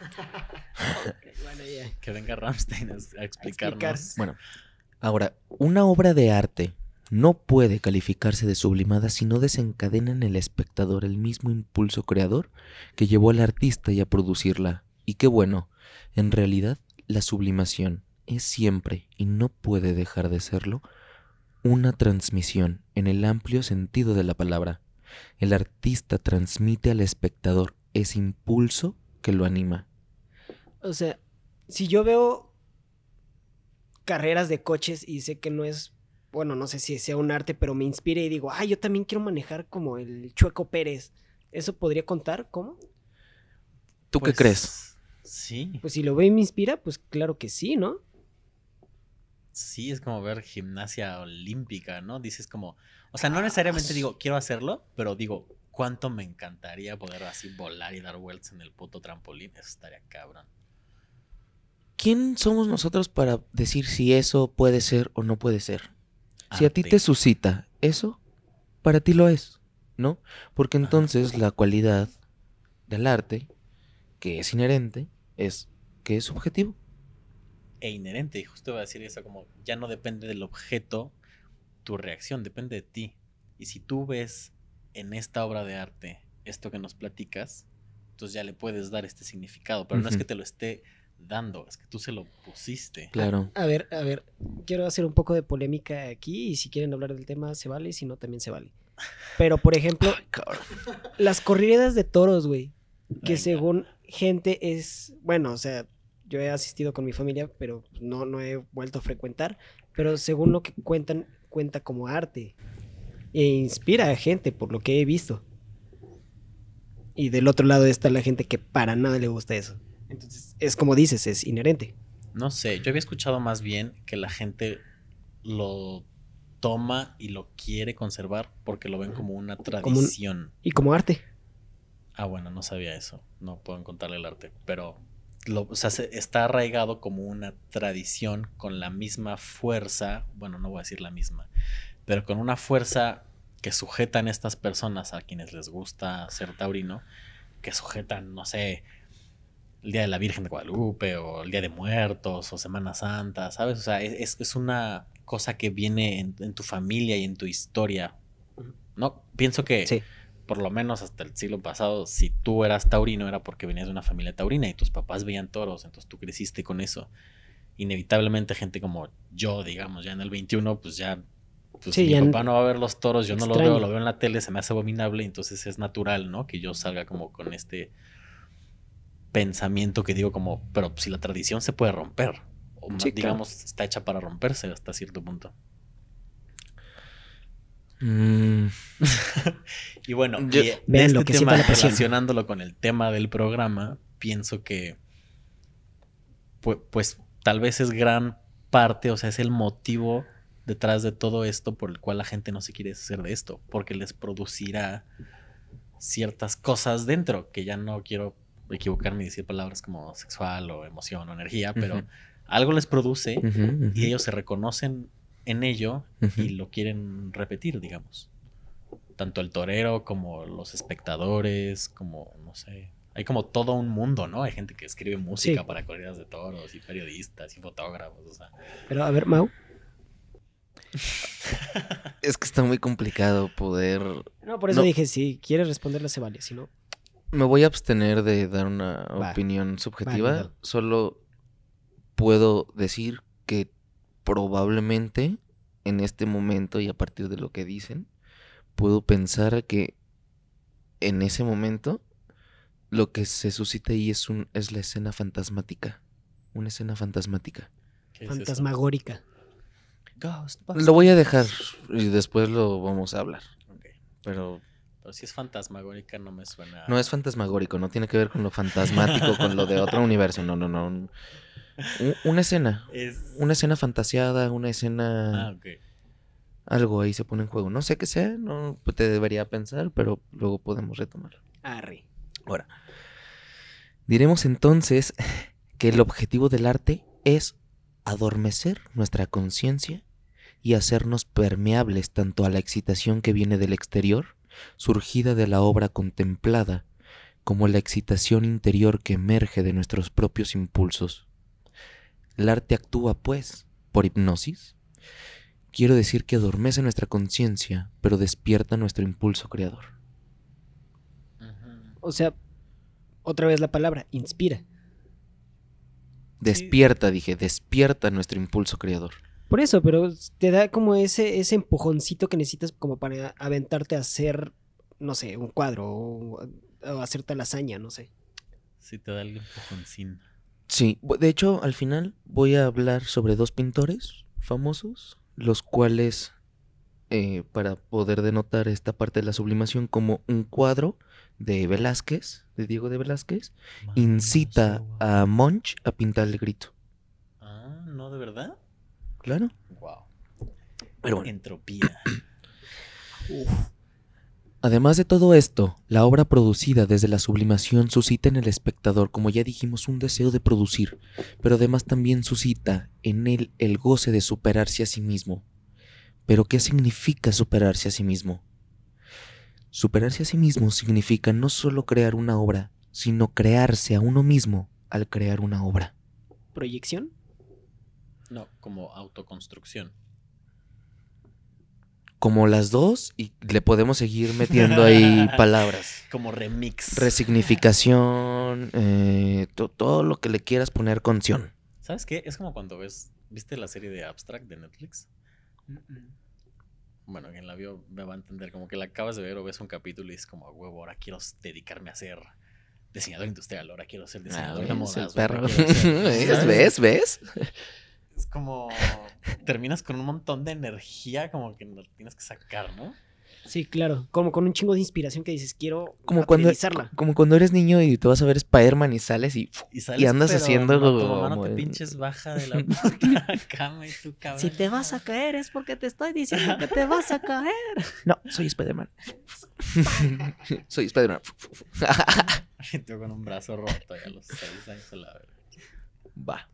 Bueno, ya. Que venga Rammstein a explicarnos. Bueno, ahora, una obra de arte no puede calificarse de sublimada si no desencadena en el espectador el mismo impulso creador que llevó al artista y a producirla. Y qué bueno, en realidad la sublimación es siempre, y no puede dejar de serlo, una transmisión en el amplio sentido de la palabra. El artista transmite al espectador ese impulso que lo anima. O sea, si yo veo carreras de coches y sé que no es, bueno, no sé si sea un arte, pero me inspira y digo, yo también quiero manejar como el Chueco Pérez. ¿Eso podría contar? ¿Cómo? ¿Tú qué crees? Sí. Pues si lo veo y me inspira, pues claro que sí, ¿no? Sí, es como ver gimnasia olímpica, ¿no? Dices como, o sea, no necesariamente digo, quiero hacerlo, pero digo, ¿cuánto me encantaría poder así volar y dar vueltas en el puto trampolín? Eso estaría cabrón. ¿Quién somos nosotros para decir si eso puede ser o no puede ser? Si a ti Arte. te suscita eso, para ti lo es, ¿no? Porque entonces la cualidad del arte, que es inherente, es que es subjetivo. E inherente, y justo iba a decir eso, como ya no depende del objeto tu reacción, depende de ti. Y si tú ves en esta obra de arte esto que nos platicas, entonces ya le puedes dar este significado, pero no es Ujú. que te lo esté dando, es que tú se lo pusiste. Claro. A ver, quiero hacer un poco de polémica aquí y si quieren hablar del tema se vale, si no también se vale. Pero, por ejemplo, las corridas de toros, güey, que Venga. según gente es, bueno, o sea, yo he asistido con mi familia, pero no he vuelto a frecuentar, pero según lo que cuentan, cuenta como arte e inspira a gente por lo que he visto. Y del otro lado está la gente que para nada le gusta eso. Entonces, es como dices, es inherente. No sé, yo había escuchado más bien que la gente lo toma y lo quiere conservar porque lo ven como una tradición. Y como arte. Ah, bueno, no sabía eso. No puedo encontrarle el arte. Pero o sea, está arraigado como una tradición con la misma fuerza. Bueno, no voy a decir la misma. Pero con una fuerza que sujetan estas personas a quienes les gusta ser taurino. Que sujetan, no sé, el Día de la Virgen de Guadalupe. O el Día de Muertos. O Semana Santa, ¿sabes? O sea, es una cosa que viene en tu familia y en tu historia. No, pienso que... Sí. Por lo menos hasta el siglo pasado, si tú eras taurino era porque venías de una familia taurina y tus papás veían toros, entonces tú creciste con eso. Inevitablemente gente como yo, digamos, ya en el 21, pues ya, pues Sí, mi ya papá no va a ver los toros, yo no lo extraño. veo en la tele, se me hace abominable, entonces es natural, ¿no? Que yo salga como con este pensamiento que digo como, pero si la tradición se puede romper, o Sí, digamos, está hecha para romperse hasta cierto punto. Y bueno, Yo- y de Vean este lo que tema, sienta la presión. relacionándolo con el tema del programa, pienso que pues tal vez es gran parte, o sea, es el motivo detrás de todo esto por el cual la gente no se quiere deshacer de esto, porque les producirá ciertas cosas dentro, que ya no quiero equivocarme y decir palabras como sexual o emoción o energía, pero Ujú. algo les produce Ujú, ujú. y ellos se reconocen en ello Ujú. y lo quieren repetir, digamos. Tanto el torero como los espectadores, como, no sé. Hay como todo un mundo, ¿no? Hay gente que escribe música Sí. para corridas de toros y periodistas y fotógrafos, o sea. Pero a ver, Mau. Es que está muy complicado poder... No, por eso No. dije, si quieres responderla se vale, si no. Me voy a abstener de dar una Va, opinión subjetiva. válido. Solo puedo decir que probablemente en este momento y a partir de lo que dicen, puedo pensar que en ese momento lo que se suscita ahí es la escena fantasmática. Una escena fantasmática. ¿Qué es eso? Fantasmagórica. Lo voy a dejar y después lo vamos a hablar. Ok. Pero Pero si es fantasmagórica no me suena. no es fantasmagórico, no tiene que ver con lo fantasmático, con lo de otro universo. No, no, no. Una escena. Es... Una escena fantaseada, una escena... Ah, ok. Algo ahí se pone en juego. No sé qué sea, no te debería pensar, pero luego podemos retomar. Arre. Ahora, diremos entonces que el objetivo del arte es adormecer nuestra conciencia y hacernos permeables tanto a la excitación que viene del exterior, surgida de la obra contemplada, como la excitación interior que emerge de nuestros propios impulsos. El arte actúa, pues, por hipnosis. Quiero decir que adormece nuestra conciencia, pero despierta nuestro impulso creador. Ujú. O sea, otra vez la palabra, inspira. Despierta, dije, despierta nuestro impulso creador. Por eso, pero te da como ese empujoncito que necesitas como para aventarte a hacer, no sé, un cuadro o hacerte la hazaña, no sé. Sí te da el empujoncín. Sí, de hecho, al final voy a hablar sobre dos pintores famosos, los cuales, para poder denotar esta parte de la sublimación como un cuadro de Velázquez, de Diego de Velázquez, incita a Munch a pintar el grito. Ah, ¿no, de verdad? Claro. Wow. Pero bueno. Entropía. Además de todo esto, la obra producida desde la sublimación suscita en el espectador, como ya dijimos, un deseo de producir, pero además también suscita en él el goce de superarse a sí mismo. ¿Pero qué significa superarse a sí mismo? Superarse a sí mismo significa no solo crear una obra, sino crearse a uno mismo al crear una obra. ¿Proyección? No, como autoconstrucción. Como las dos, y le podemos seguir metiendo ahí palabras. Como remix. Resignificación, todo lo que le quieras poner conción. ¿Sabes qué? Es como cuando ¿viste la serie de Abstract de Netflix? Bueno, quien la vio me va a entender. Como que la acabas de ver o ves un capítulo y es como, a huevo, ahora quiero dedicarme a ser diseñador industrial, ahora quiero ser diseñador de modas. El ahora perro. quiero ser- ¿sabes? ¿Ves? Es como terminas con un montón de energía como que lo tienes que sacar, ¿no? Sí, claro. Como con un chingo de inspiración que dices, quiero Como cuando eres niño y te vas a ver Spider-Man y sales y sales, andas pero haciendo no, tu mamá no como te el- pinches baja de la puta cama y tu cabrón. Si te vas a caer es porque te estoy diciendo que te vas a caer. No, soy Spider-Man. Soy Spider-Man. Y tú con un brazo roto y a los 6 años a la verga. Va.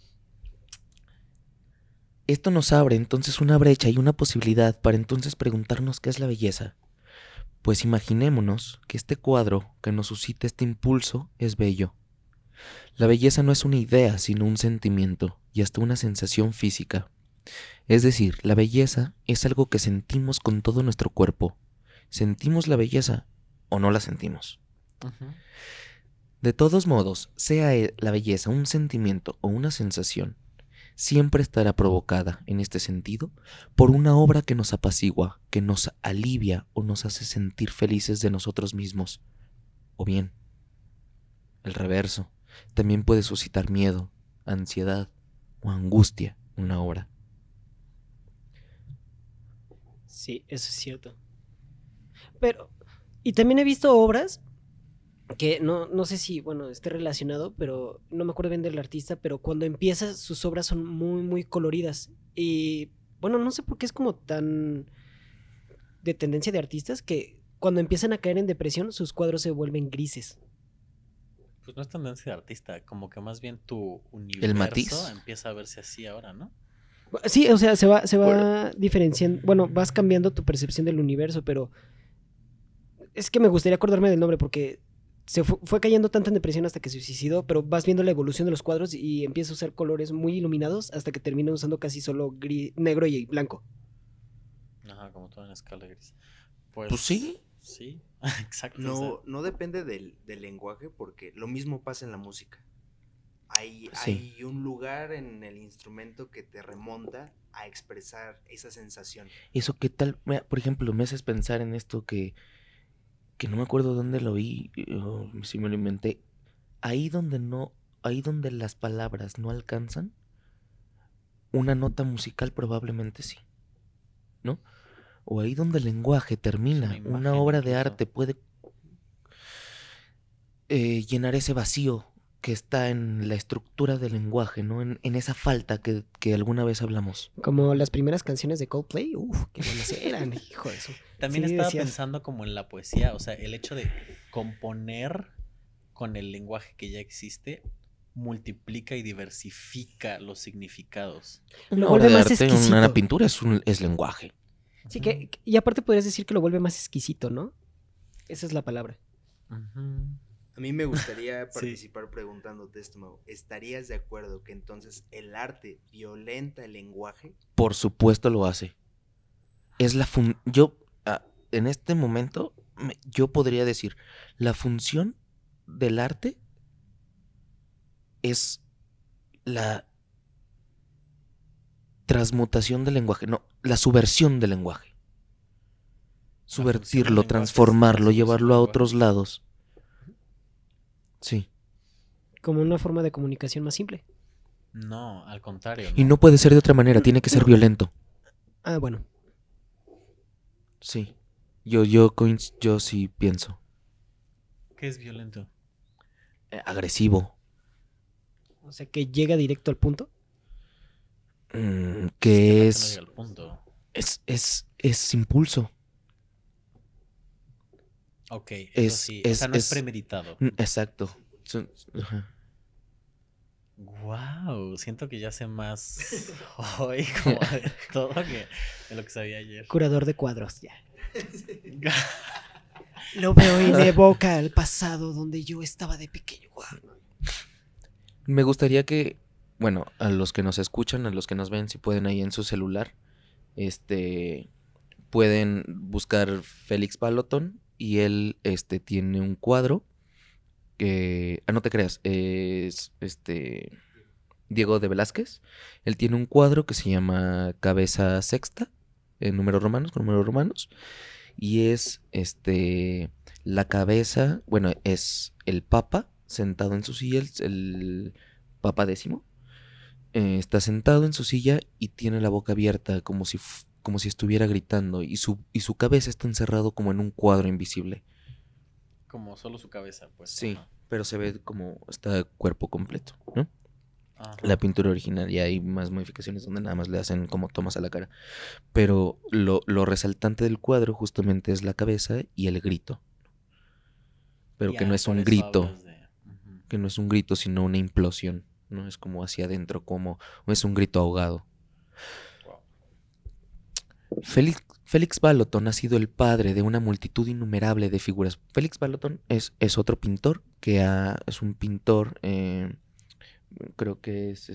Esto nos abre entonces una brecha y una posibilidad para entonces preguntarnos qué es la belleza. Pues imaginémonos que este cuadro que nos suscita este impulso es bello. La belleza no es una idea, sino un sentimiento y hasta una sensación física. Es decir, la belleza es algo que sentimos con todo nuestro cuerpo. ¿Sentimos la belleza o no la sentimos? De todos modos, sea la belleza un sentimiento o una sensación, siempre estará provocada, en este sentido, por una obra que nos apacigua, que nos alivia o nos hace sentir felices de nosotros mismos. O bien, el reverso, también puede suscitar miedo, ansiedad o angustia una obra. Sí, eso es cierto. Pero, y también he visto obras que no sé si, bueno, esté relacionado, pero no me acuerdo bien del artista, pero cuando empieza sus obras son muy, muy coloridas. Y, bueno, no sé por qué es como tan de tendencia de artistas que cuando empiezan a caer en depresión, sus cuadros se vuelven grises. Pues no es tendencia de artista, como que más bien tu universo matiz. empieza a verse así ahora, ¿no? Sí, o sea, se va diferenciando. Bueno, vas cambiando tu percepción del universo, pero es que me gustaría acordarme del nombre porque fue cayendo tanto en depresión hasta que se suicidó, pero vas viendo la evolución de los cuadros y empieza a usar colores muy iluminados hasta que termina usando casi solo negro y blanco. Ajá, como todo en escala gris. Pues sí. Sí, exacto. No depende del lenguaje porque lo mismo pasa en la música. Sí. Hay un lugar en el instrumento que te remonta a expresar esa sensación. Eso, ¿qué tal? Mira, por ejemplo, me haces pensar en esto que no me acuerdo dónde lo vi, o si me lo inventé. Ahí donde las palabras no alcanzan, una nota musical probablemente sí, ¿no? O ahí donde el lenguaje termina, Es una imagen obra de incluso. arte puede llenar ese vacío que está en la estructura del lenguaje, ¿no? En esa falta que alguna vez hablamos. Como las primeras canciones de Coldplay, qué buenas eran, hijo de eso. También Sí, estaba decías, pensando como en la poesía, o sea, el hecho de componer con el lenguaje que ya existe multiplica y diversifica los significados. Una Lo obra vuelve de más arte, exquisito. una pintura es lenguaje. Sí, y aparte podrías decir que lo vuelve más exquisito, ¿no? Esa es la palabra. Ujú. A mí me gustaría Sí. participar preguntándote esto, Mau. ¿Estarías de acuerdo que entonces el arte violenta el lenguaje? Por supuesto lo hace. Es yo, en este momento, yo podría decir, la función del arte es la transmutación del lenguaje, no, la subversión del lenguaje. Subvertirlo, lenguaje es transformarlo, transformar llevarlo a lenguaje. otros lados. Sí. Como una forma de comunicación más simple. No, al contrario. Y no puede ser de otra manera, tiene que ser violento. Ah, bueno. Sí. Yo sí pienso. ¿Qué es violento? Agresivo. O sea, que llega directo al punto. Que Es que no es, llega al punto. es impulso. Ok, eso Es- sí. O es- sea, no es es- premeditado. Exacto. Ajá. Wow, siento que ya sé más hoy como de todo que de lo que sabía ayer. Curador de cuadros, ya. Lo veo y me evoca al pasado donde yo estaba de pequeño. Guau. Me gustaría que, bueno, a los que nos escuchan, a los que nos ven, si pueden ahí en su celular, pueden buscar Félix Baloton y él, tiene un cuadro que, no te creas, es, Diego de Velázquez. Él tiene un cuadro que se llama Cabeza Sexta, en números romanos, con números romanos, y es, la cabeza, bueno, es el Papa sentado en su silla, el Papa Décimo, está sentado en su silla y tiene la boca abierta como si estuviera gritando y su cabeza está encerrado como en un cuadro invisible. Como solo su cabeza, pues. Sí, ajá. pero se ve como está cuerpo completo, ¿no? Ajá. La pintura original, y hay más modificaciones donde nada más le hacen como tomas a la cara. Pero lo resaltante del cuadro justamente es la cabeza y el grito. Pero que no es por un eso grito, hablas de- Ujú. que no es un grito, sino una implosión. No es como hacia adentro, como es un grito ahogado. Wow. Félix Baloton ha sido el padre de una multitud innumerable de figuras. Félix Baloton es otro pintor es un pintor, creo que es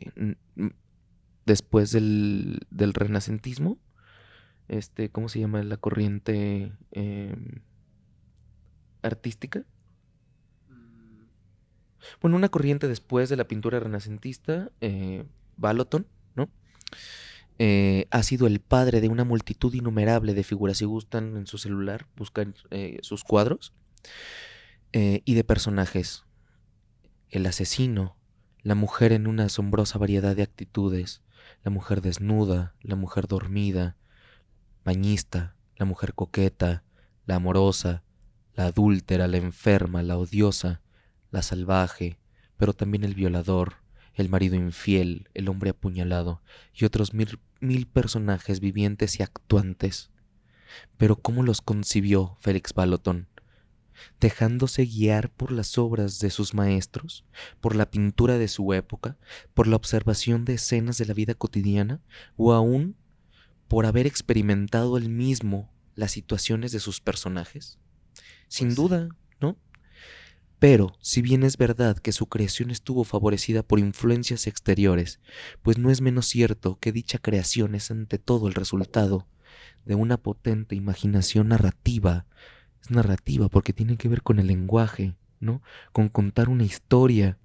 después del renacentismo. ¿Cómo se llama la corriente artística? Bueno, una corriente después de la pintura renacentista, Baloton, ¿no? Ha sido el padre de una multitud innumerable de figuras. Si gustan en su celular, buscan sus cuadros y de personajes. El asesino, la mujer en una asombrosa variedad de actitudes, la mujer desnuda, la mujer dormida, bañista, la mujer coqueta, la amorosa, la adúltera, la enferma, la odiosa, la salvaje, pero también el violador, el marido infiel, el hombre apuñalado y otros mil personajes vivientes y actuantes. Pero ¿cómo los concibió Félix Baloton? dejándose guiar por las obras de sus maestros, por la pintura de su época, por la observación de escenas de la vida cotidiana, o aún por haber experimentado él mismo las situaciones de sus personajes? Sin duda, ¿no? Pero, si bien es verdad que su creación estuvo favorecida por influencias exteriores, pues no es menos cierto que dicha creación es ante todo el resultado de una potente imaginación narrativa. Es narrativa porque tiene que ver con el lenguaje, ¿no? Con contar una historia.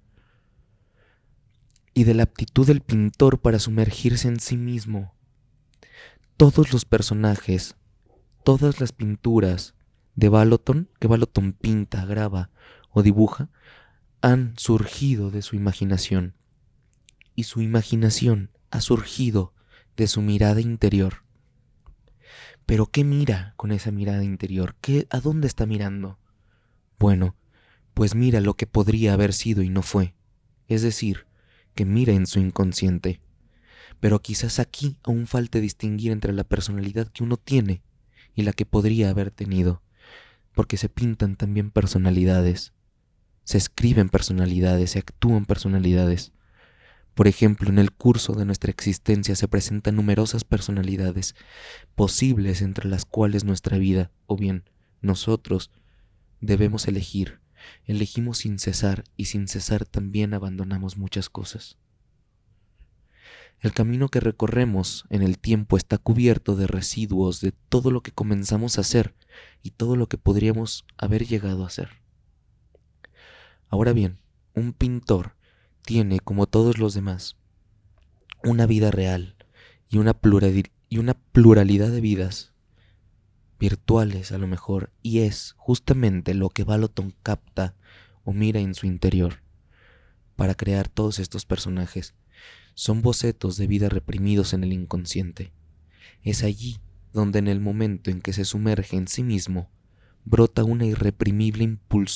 Y de la aptitud del pintor para sumergirse en sí mismo. Todos los personajes, todas las pinturas de Vallotton, que Vallotton pinta, graba o dibuja, han surgido de su imaginación. Y su imaginación ha surgido de su mirada interior. ¿Pero qué mira con esa mirada interior? ¿A dónde está mirando? Bueno, pues mira lo que podría haber sido y no fue. Es decir, que mira en su inconsciente. Pero quizás aquí aún falte distinguir entre la personalidad que uno tiene y la que podría haber tenido. Porque se pintan también personalidades. Se escriben personalidades, se actúan personalidades. Por ejemplo, en el curso de nuestra existencia se presentan numerosas personalidades posibles entre las cuales nuestra vida, o bien nosotros, debemos elegir. Elegimos sin cesar y sin cesar también abandonamos muchas cosas. El camino que recorremos en el tiempo está cubierto de residuos de todo lo que comenzamos a hacer y todo lo que podríamos haber llegado a hacer. Ahora bien, un pintor tiene, como todos los demás, una vida real y una pluralidad de vidas virtuales a lo mejor, y es justamente lo que Vallotton capta o mira en su interior para crear todos estos personajes. Son bocetos de vida reprimidos en el inconsciente. Es allí donde en el momento en que se sumerge en sí mismo, brota una irreprimible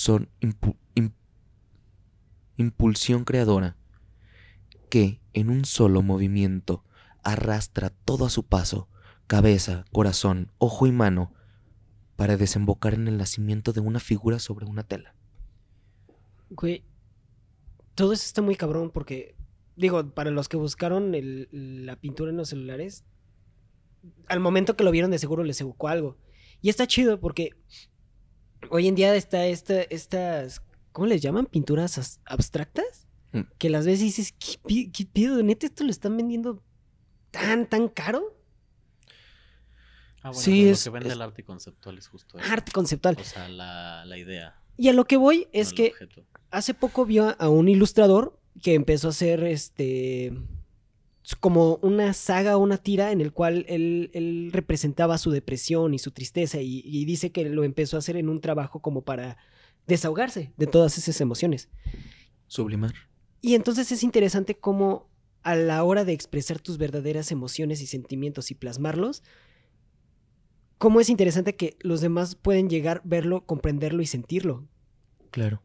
impulsión creadora que en un solo movimiento arrastra todo a su paso, cabeza, corazón, ojo y mano, para desembocar en el nacimiento de una figura sobre una tela. Güey, todo eso está muy cabrón porque, digo, para los que buscaron la pintura en los celulares, al momento que lo vieron de seguro les evocó algo. Y está chido porque hoy en día está estas, ¿cómo les llaman? ¿Pinturas abstractas? Que las ves y dices, ¿qué pido? ¿Neta esto lo están vendiendo tan caro? Ah, bueno, Sí, pero lo que vende el arte conceptual es justo eso. Arte conceptual. O sea, la idea. Y a lo que voy es no que el objeto. hace poco vio a un ilustrador que empezó a hacer como una saga, una tira en el cual él representaba su depresión y su tristeza y dice que lo empezó a hacer en un trabajo como para desahogarse de todas esas emociones. Sublimar. Y entonces es interesante cómo a la hora de expresar tus verdaderas emociones y sentimientos y plasmarlos, cómo es interesante que los demás pueden llegar, verlo, comprenderlo y sentirlo. Claro.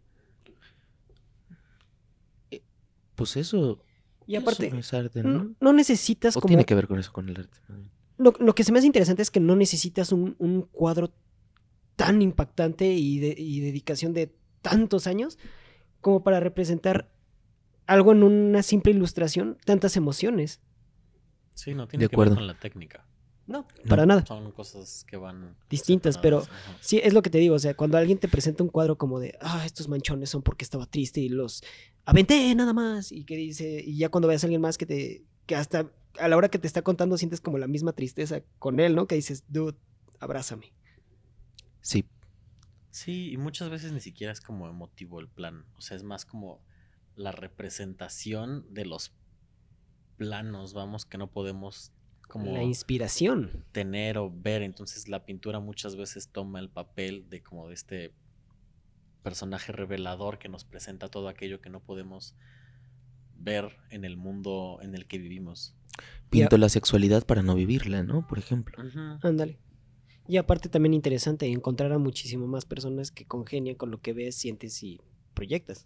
Pues eso. Y aparte, eso es arte, ¿no? no necesitas ¿O como... tiene que ver con eso, con el arte? Lo que se me hace interesante es que no necesitas un cuadro tan impactante y dedicación de tantos años como para representar algo en una simple ilustración, tantas emociones. Sí, no tiene De que ver acuerdo. con la técnica. No, para nada. Son cosas que van Distintas, separadas. pero Ajá. sí, es lo que te digo, o sea, cuando alguien te presenta un cuadro como de, estos manchones son porque estaba triste y los aventé nada más, y que dice, y ya cuando veas a alguien más que hasta a la hora que te está contando sientes como la misma tristeza con él, ¿no? Que dices, dude, abrázame. Sí. Sí, y muchas veces ni siquiera es como emotivo el plan. O sea, es más como la representación de los planos, vamos, que no podemos como La inspiración. tener o ver. Entonces la pintura muchas veces toma el papel de como de este personaje revelador que nos presenta todo aquello que no podemos ver en el mundo en el que vivimos. Pinto la sexualidad para no vivirla, ¿no? Por ejemplo. Ándale. Y aparte también interesante encontrar a muchísimo más personas que congenian con lo que ves, sientes y proyectas.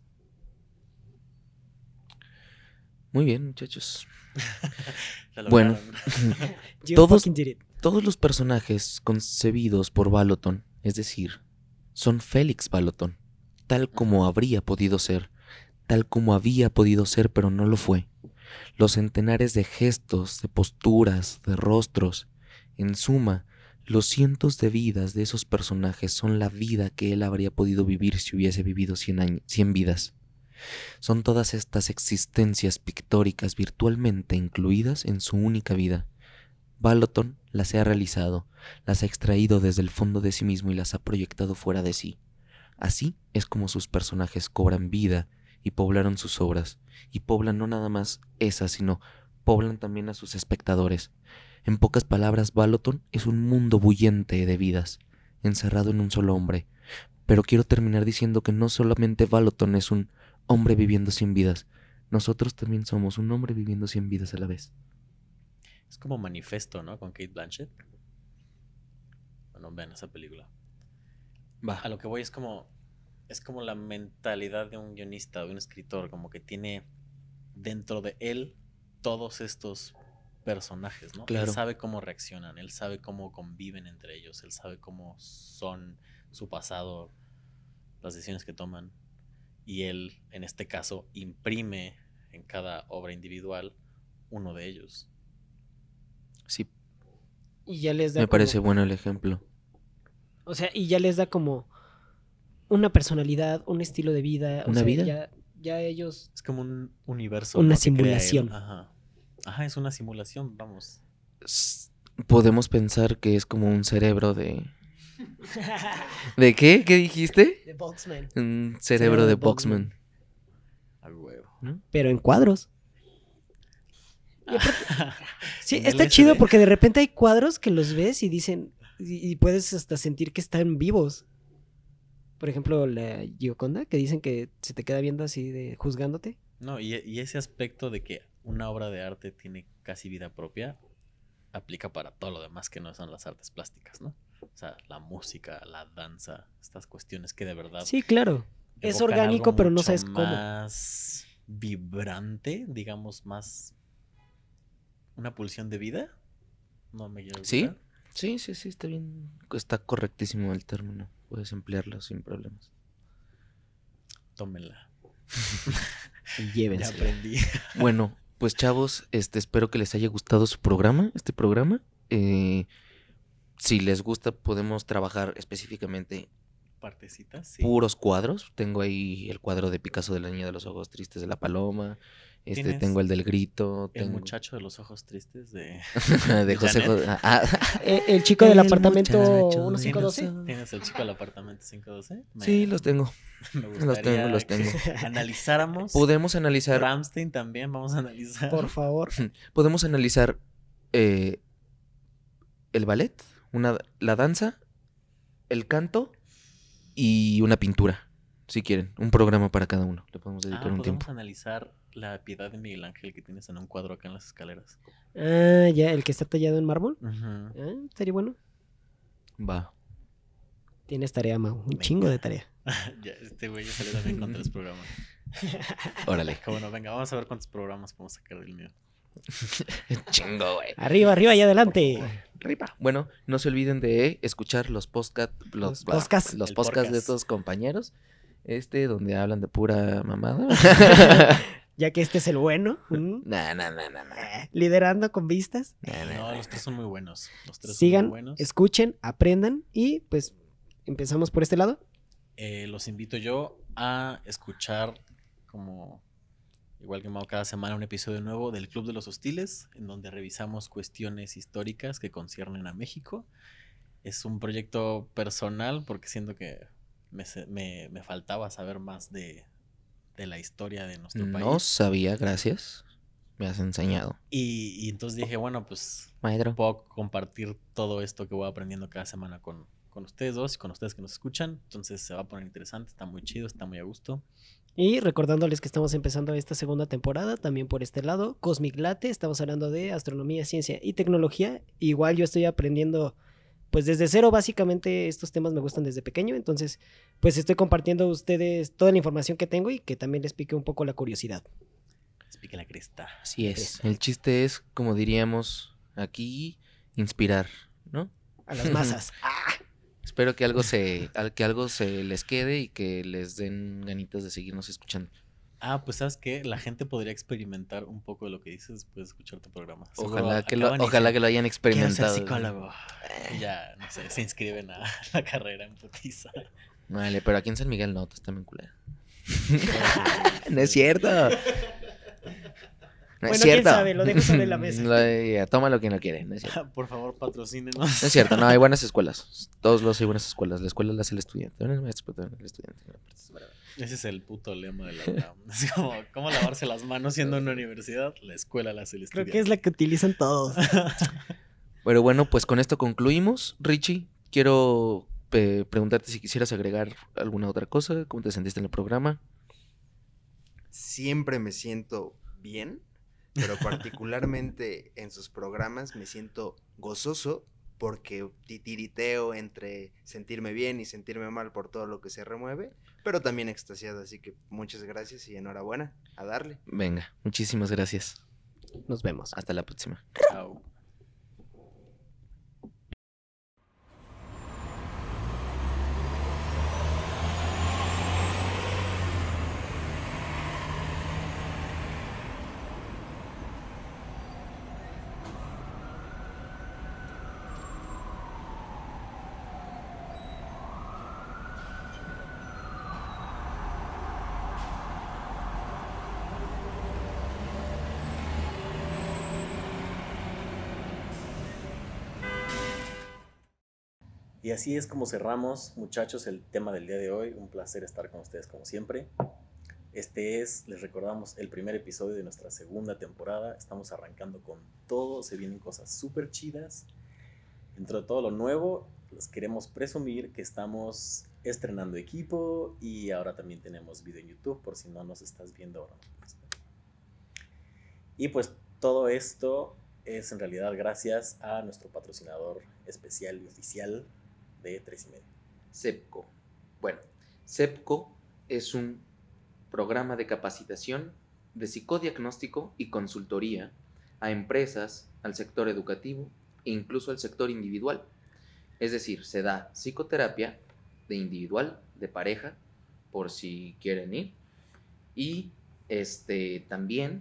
Muy bien, muchachos. La Bueno. lograron. You Todos- fucking did it. Todos los personajes concebidos por Vallotton, es decir, son Félix Baloton, tal como habría podido ser, tal como había podido ser, pero no lo fue. Los centenares de gestos, de posturas, de rostros, en suma, los cientos de vidas de esos personajes son la vida que él habría podido vivir si hubiese vivido 100 vidas. Son todas estas existencias pictóricas virtualmente incluidas en su única vida. Baloton las ha realizado, las ha extraído desde el fondo de sí mismo y las ha proyectado fuera de sí. Así es como sus personajes cobran vida y poblaron sus obras, y poblan no nada más esas, sino poblan también a sus espectadores. En pocas palabras, Baloton es un mundo bullente de vidas, encerrado en un solo hombre. Pero quiero terminar diciendo que no solamente Baloton es un hombre viviendo 100 vidas, nosotros también somos un hombre viviendo 100 vidas a la vez. Es como Manifesto, ¿no? Con Kate Blanchett. Bueno, vean esa película. Va. A lo que voy es como la mentalidad de un guionista, de un escritor, como que tiene dentro de él todos estos personajes, ¿no? Claro. Él sabe cómo reaccionan, él sabe cómo conviven entre ellos, él sabe cómo son su pasado, las decisiones que toman, y él, en este caso, imprime en cada obra individual uno de ellos. Sí, Y ya les da me parece bueno el ejemplo. O sea, y ya les da como una personalidad, un estilo de vida. ¿Una vida? Ya ellos... Es como un universo. Una ¿no? que crea él. simulación. Ajá, es una simulación, vamos. Podemos pensar que es como un cerebro de... ¿De qué? ¿Qué dijiste? De Boxman. Un cerebro de Boxman. A huevo. ¿No? Pero en cuadros. Y aparte- sí, En está LSD. chido porque de repente hay cuadros que los ves y dicen... Y puedes hasta sentir que están vivos. Por ejemplo, la Gioconda, que dicen que se te queda viendo así de juzgándote. No, y ese aspecto de que una obra de arte tiene casi vida propia aplica para todo lo demás que no son las artes plásticas, ¿no? O sea, la música, la danza, estas cuestiones que de verdad Sí, claro. Es evocan orgánico, algo pero no mucho sabes cómo. más vibrante, digamos, más una pulsión de vida. No me quiero ¿Sí? equivocar. Sí, está bien. Está correctísimo el término. Puedes emplearlo sin problemas. Tómenla. Ya Llévensela. aprendí. Bueno, pues chavos, espero que les haya gustado este programa. Si les gusta, podemos trabajar específicamente Partecitas, sí. puros cuadros. Tengo ahí el cuadro de Picasso de la niña de los ojos tristes de la paloma. ¿Tienes Tengo el del grito. El tengo... muchacho de los ojos tristes de de José Janet. El chico del El apartamento muchacho 1512. ¿Tienes el chico del apartamento 512? Sí, los tengo. Me Los tengo, los gustaría tengo. que analizáramos. Podemos analizar. Rammstein también, vamos a analizar. Por favor. Podemos analizar el ballet, la danza, el canto y una pintura, si quieren. Un programa para cada uno. Le podemos dedicar un podemos tiempo. analizar la piedad de Miguel Ángel que tienes en un cuadro acá en las escaleras. Ah, ya, el que está tallado en mármol. Ujú. Ah, estaría bueno. Va. Tienes tarea, Mau. Un Venga. chingo de tarea. Ya, este güey ya salió también con 3 programas. Órale. Que bueno, venga, vamos a ver cuántos programas podemos sacar del mío. Chingo, güey. Arriba, arriba y adelante. Ripa. Bueno, no se olviden de escuchar los podcasts Los podcasts. los El podcasts de podcast. estos compañeros. Donde hablan de pura mamada. Ya que este es el bueno. Nah. Liderando con vistas. No, los 3 son muy buenos. Los 3 son Sigan, muy buenos. escuchen, aprendan y pues empezamos por este lado. Los invito yo a escuchar, como igual que Mau, cada semana un episodio nuevo del Club de los Hostiles, en donde revisamos cuestiones históricas que conciernen a México. Es un proyecto personal porque siento que me faltaba saber más de la historia de nuestro No país. sabía, gracias. Me has enseñado. Y entonces dije, bueno, pues Maestro. puedo compartir todo esto que voy aprendiendo cada semana con ustedes dos y con ustedes que nos escuchan. Entonces se va a poner interesante, está muy chido, está muy a gusto. Y recordándoles que estamos empezando esta segunda temporada, también por este lado, Cosmic Latte, estamos hablando de astronomía, ciencia y tecnología. Igual yo estoy aprendiendo, pues desde cero, básicamente estos temas me gustan desde pequeño, entonces pues estoy compartiendo a ustedes toda la información que tengo y que también les pique un poco la curiosidad. Explique la cresta. Así es. El chiste es, como diríamos aquí, inspirar, ¿no? A las masas. Espero que que algo se les quede y que les den ganitas de seguirnos escuchando. Pues ¿sabes qué? La gente podría experimentar un poco de lo que dices después de escuchar tu programa. Ojalá que Seguro acaban y ojalá dicen, que lo hayan quiero experimentado. ser psicólogo. Y ya, no sé, se inscriben a la carrera en putiza. Vale, pero aquí en San Miguel no, está bien culera. No es cierto. No Bueno, es quién cierto. sabe, lo dejo sobre la mesa. Tómalo quien lo quiere, no es cierto. Por favor, patrocínenos. No es cierto, no, hay buenas escuelas. Todos los hay buenas escuelas. La escuela la hace el estudiante. No es el maestro, pero el estudiante. Ese es el puto lema de la UNAM. Es como, ¿cómo lavarse las manos siendo una universidad? La escuela la hace el Creo estudiante. que es la que utilizan todos. Pero bueno, pues con esto concluimos. Richie, quiero preguntarte si quisieras agregar alguna otra cosa. ¿Cómo te sentiste en el programa? Siempre me siento bien, pero particularmente en sus programas me siento gozoso porque titiriteo entre sentirme bien y sentirme mal por todo lo que se remueve, pero también extasiado, así que muchas gracias y enhorabuena, a darle. Venga, muchísimas gracias. Nos vemos. Hasta la próxima. Chao. Y así es como cerramos, muchachos, el tema del día de hoy. Un placer estar con ustedes como siempre. Este es, les recordamos, el primer episodio de nuestra segunda temporada. Estamos arrancando con todo, se vienen cosas súper chidas. Dentro de todo lo nuevo, les queremos presumir que estamos estrenando equipo y ahora también tenemos video en YouTube, por si no nos estás viendo ahora. Y pues todo esto es en realidad gracias a nuestro patrocinador especial y oficial de 3,5. CEPCO. Bueno, CEPCO es un programa de capacitación de psicodiagnóstico y consultoría a empresas, al sector educativo e incluso al sector individual. Es decir, se da psicoterapia de individual, de pareja, por si quieren ir, y también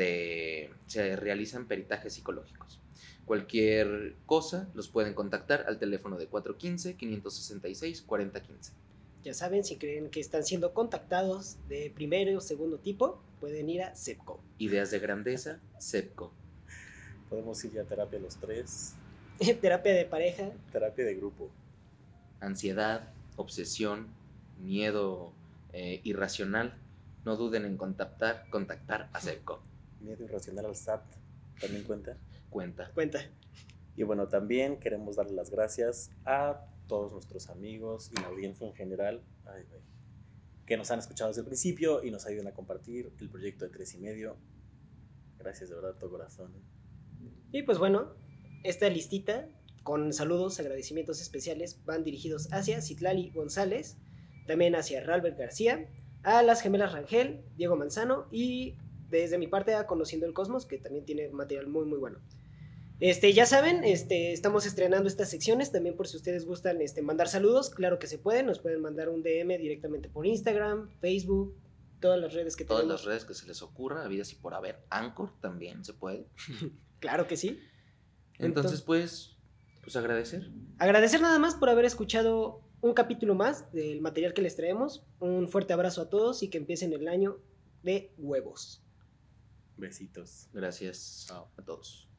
se realizan peritajes psicológicos. Cualquier cosa los pueden contactar al teléfono de 415-566-4015. Ya saben, si creen que están siendo contactados de primero o segundo tipo, pueden ir a CEPCO. Ideas de grandeza, CEPCO. Podemos ir ya a terapia los tres. Terapia de pareja. Terapia de grupo. Ansiedad, obsesión, miedo irracional. No duden en contactar a CEPCO. Miedo irracional al SAT, ¿también cuenta? Cuenta. Y bueno, también queremos darle las gracias a todos nuestros amigos y la audiencia en general que nos han escuchado desde el principio y nos ayudan a compartir el proyecto de 3,5. Gracias de verdad, de todo corazón. Y pues bueno, esta listita con saludos, agradecimientos especiales van dirigidos hacia Citlali González, también hacia Ralbert García, a las gemelas Rangel, Diego Manzano y desde mi parte a Conociendo el Cosmos, que también tiene material muy muy bueno. Ya saben, estamos estrenando estas secciones, también por si ustedes gustan mandar saludos, claro que se pueden, nos pueden mandar un DM directamente por Instagram, Facebook, todas las redes que Todas tenemos. las redes que se les ocurra, habidas y por haber. Anchor también se puede. Claro que sí. Entonces, pues agradecer. Agradecer nada más por haber escuchado un capítulo más del material que les traemos. Un fuerte abrazo a todos y que empiecen el año de huevos. Besitos. Gracias Chao. a todos.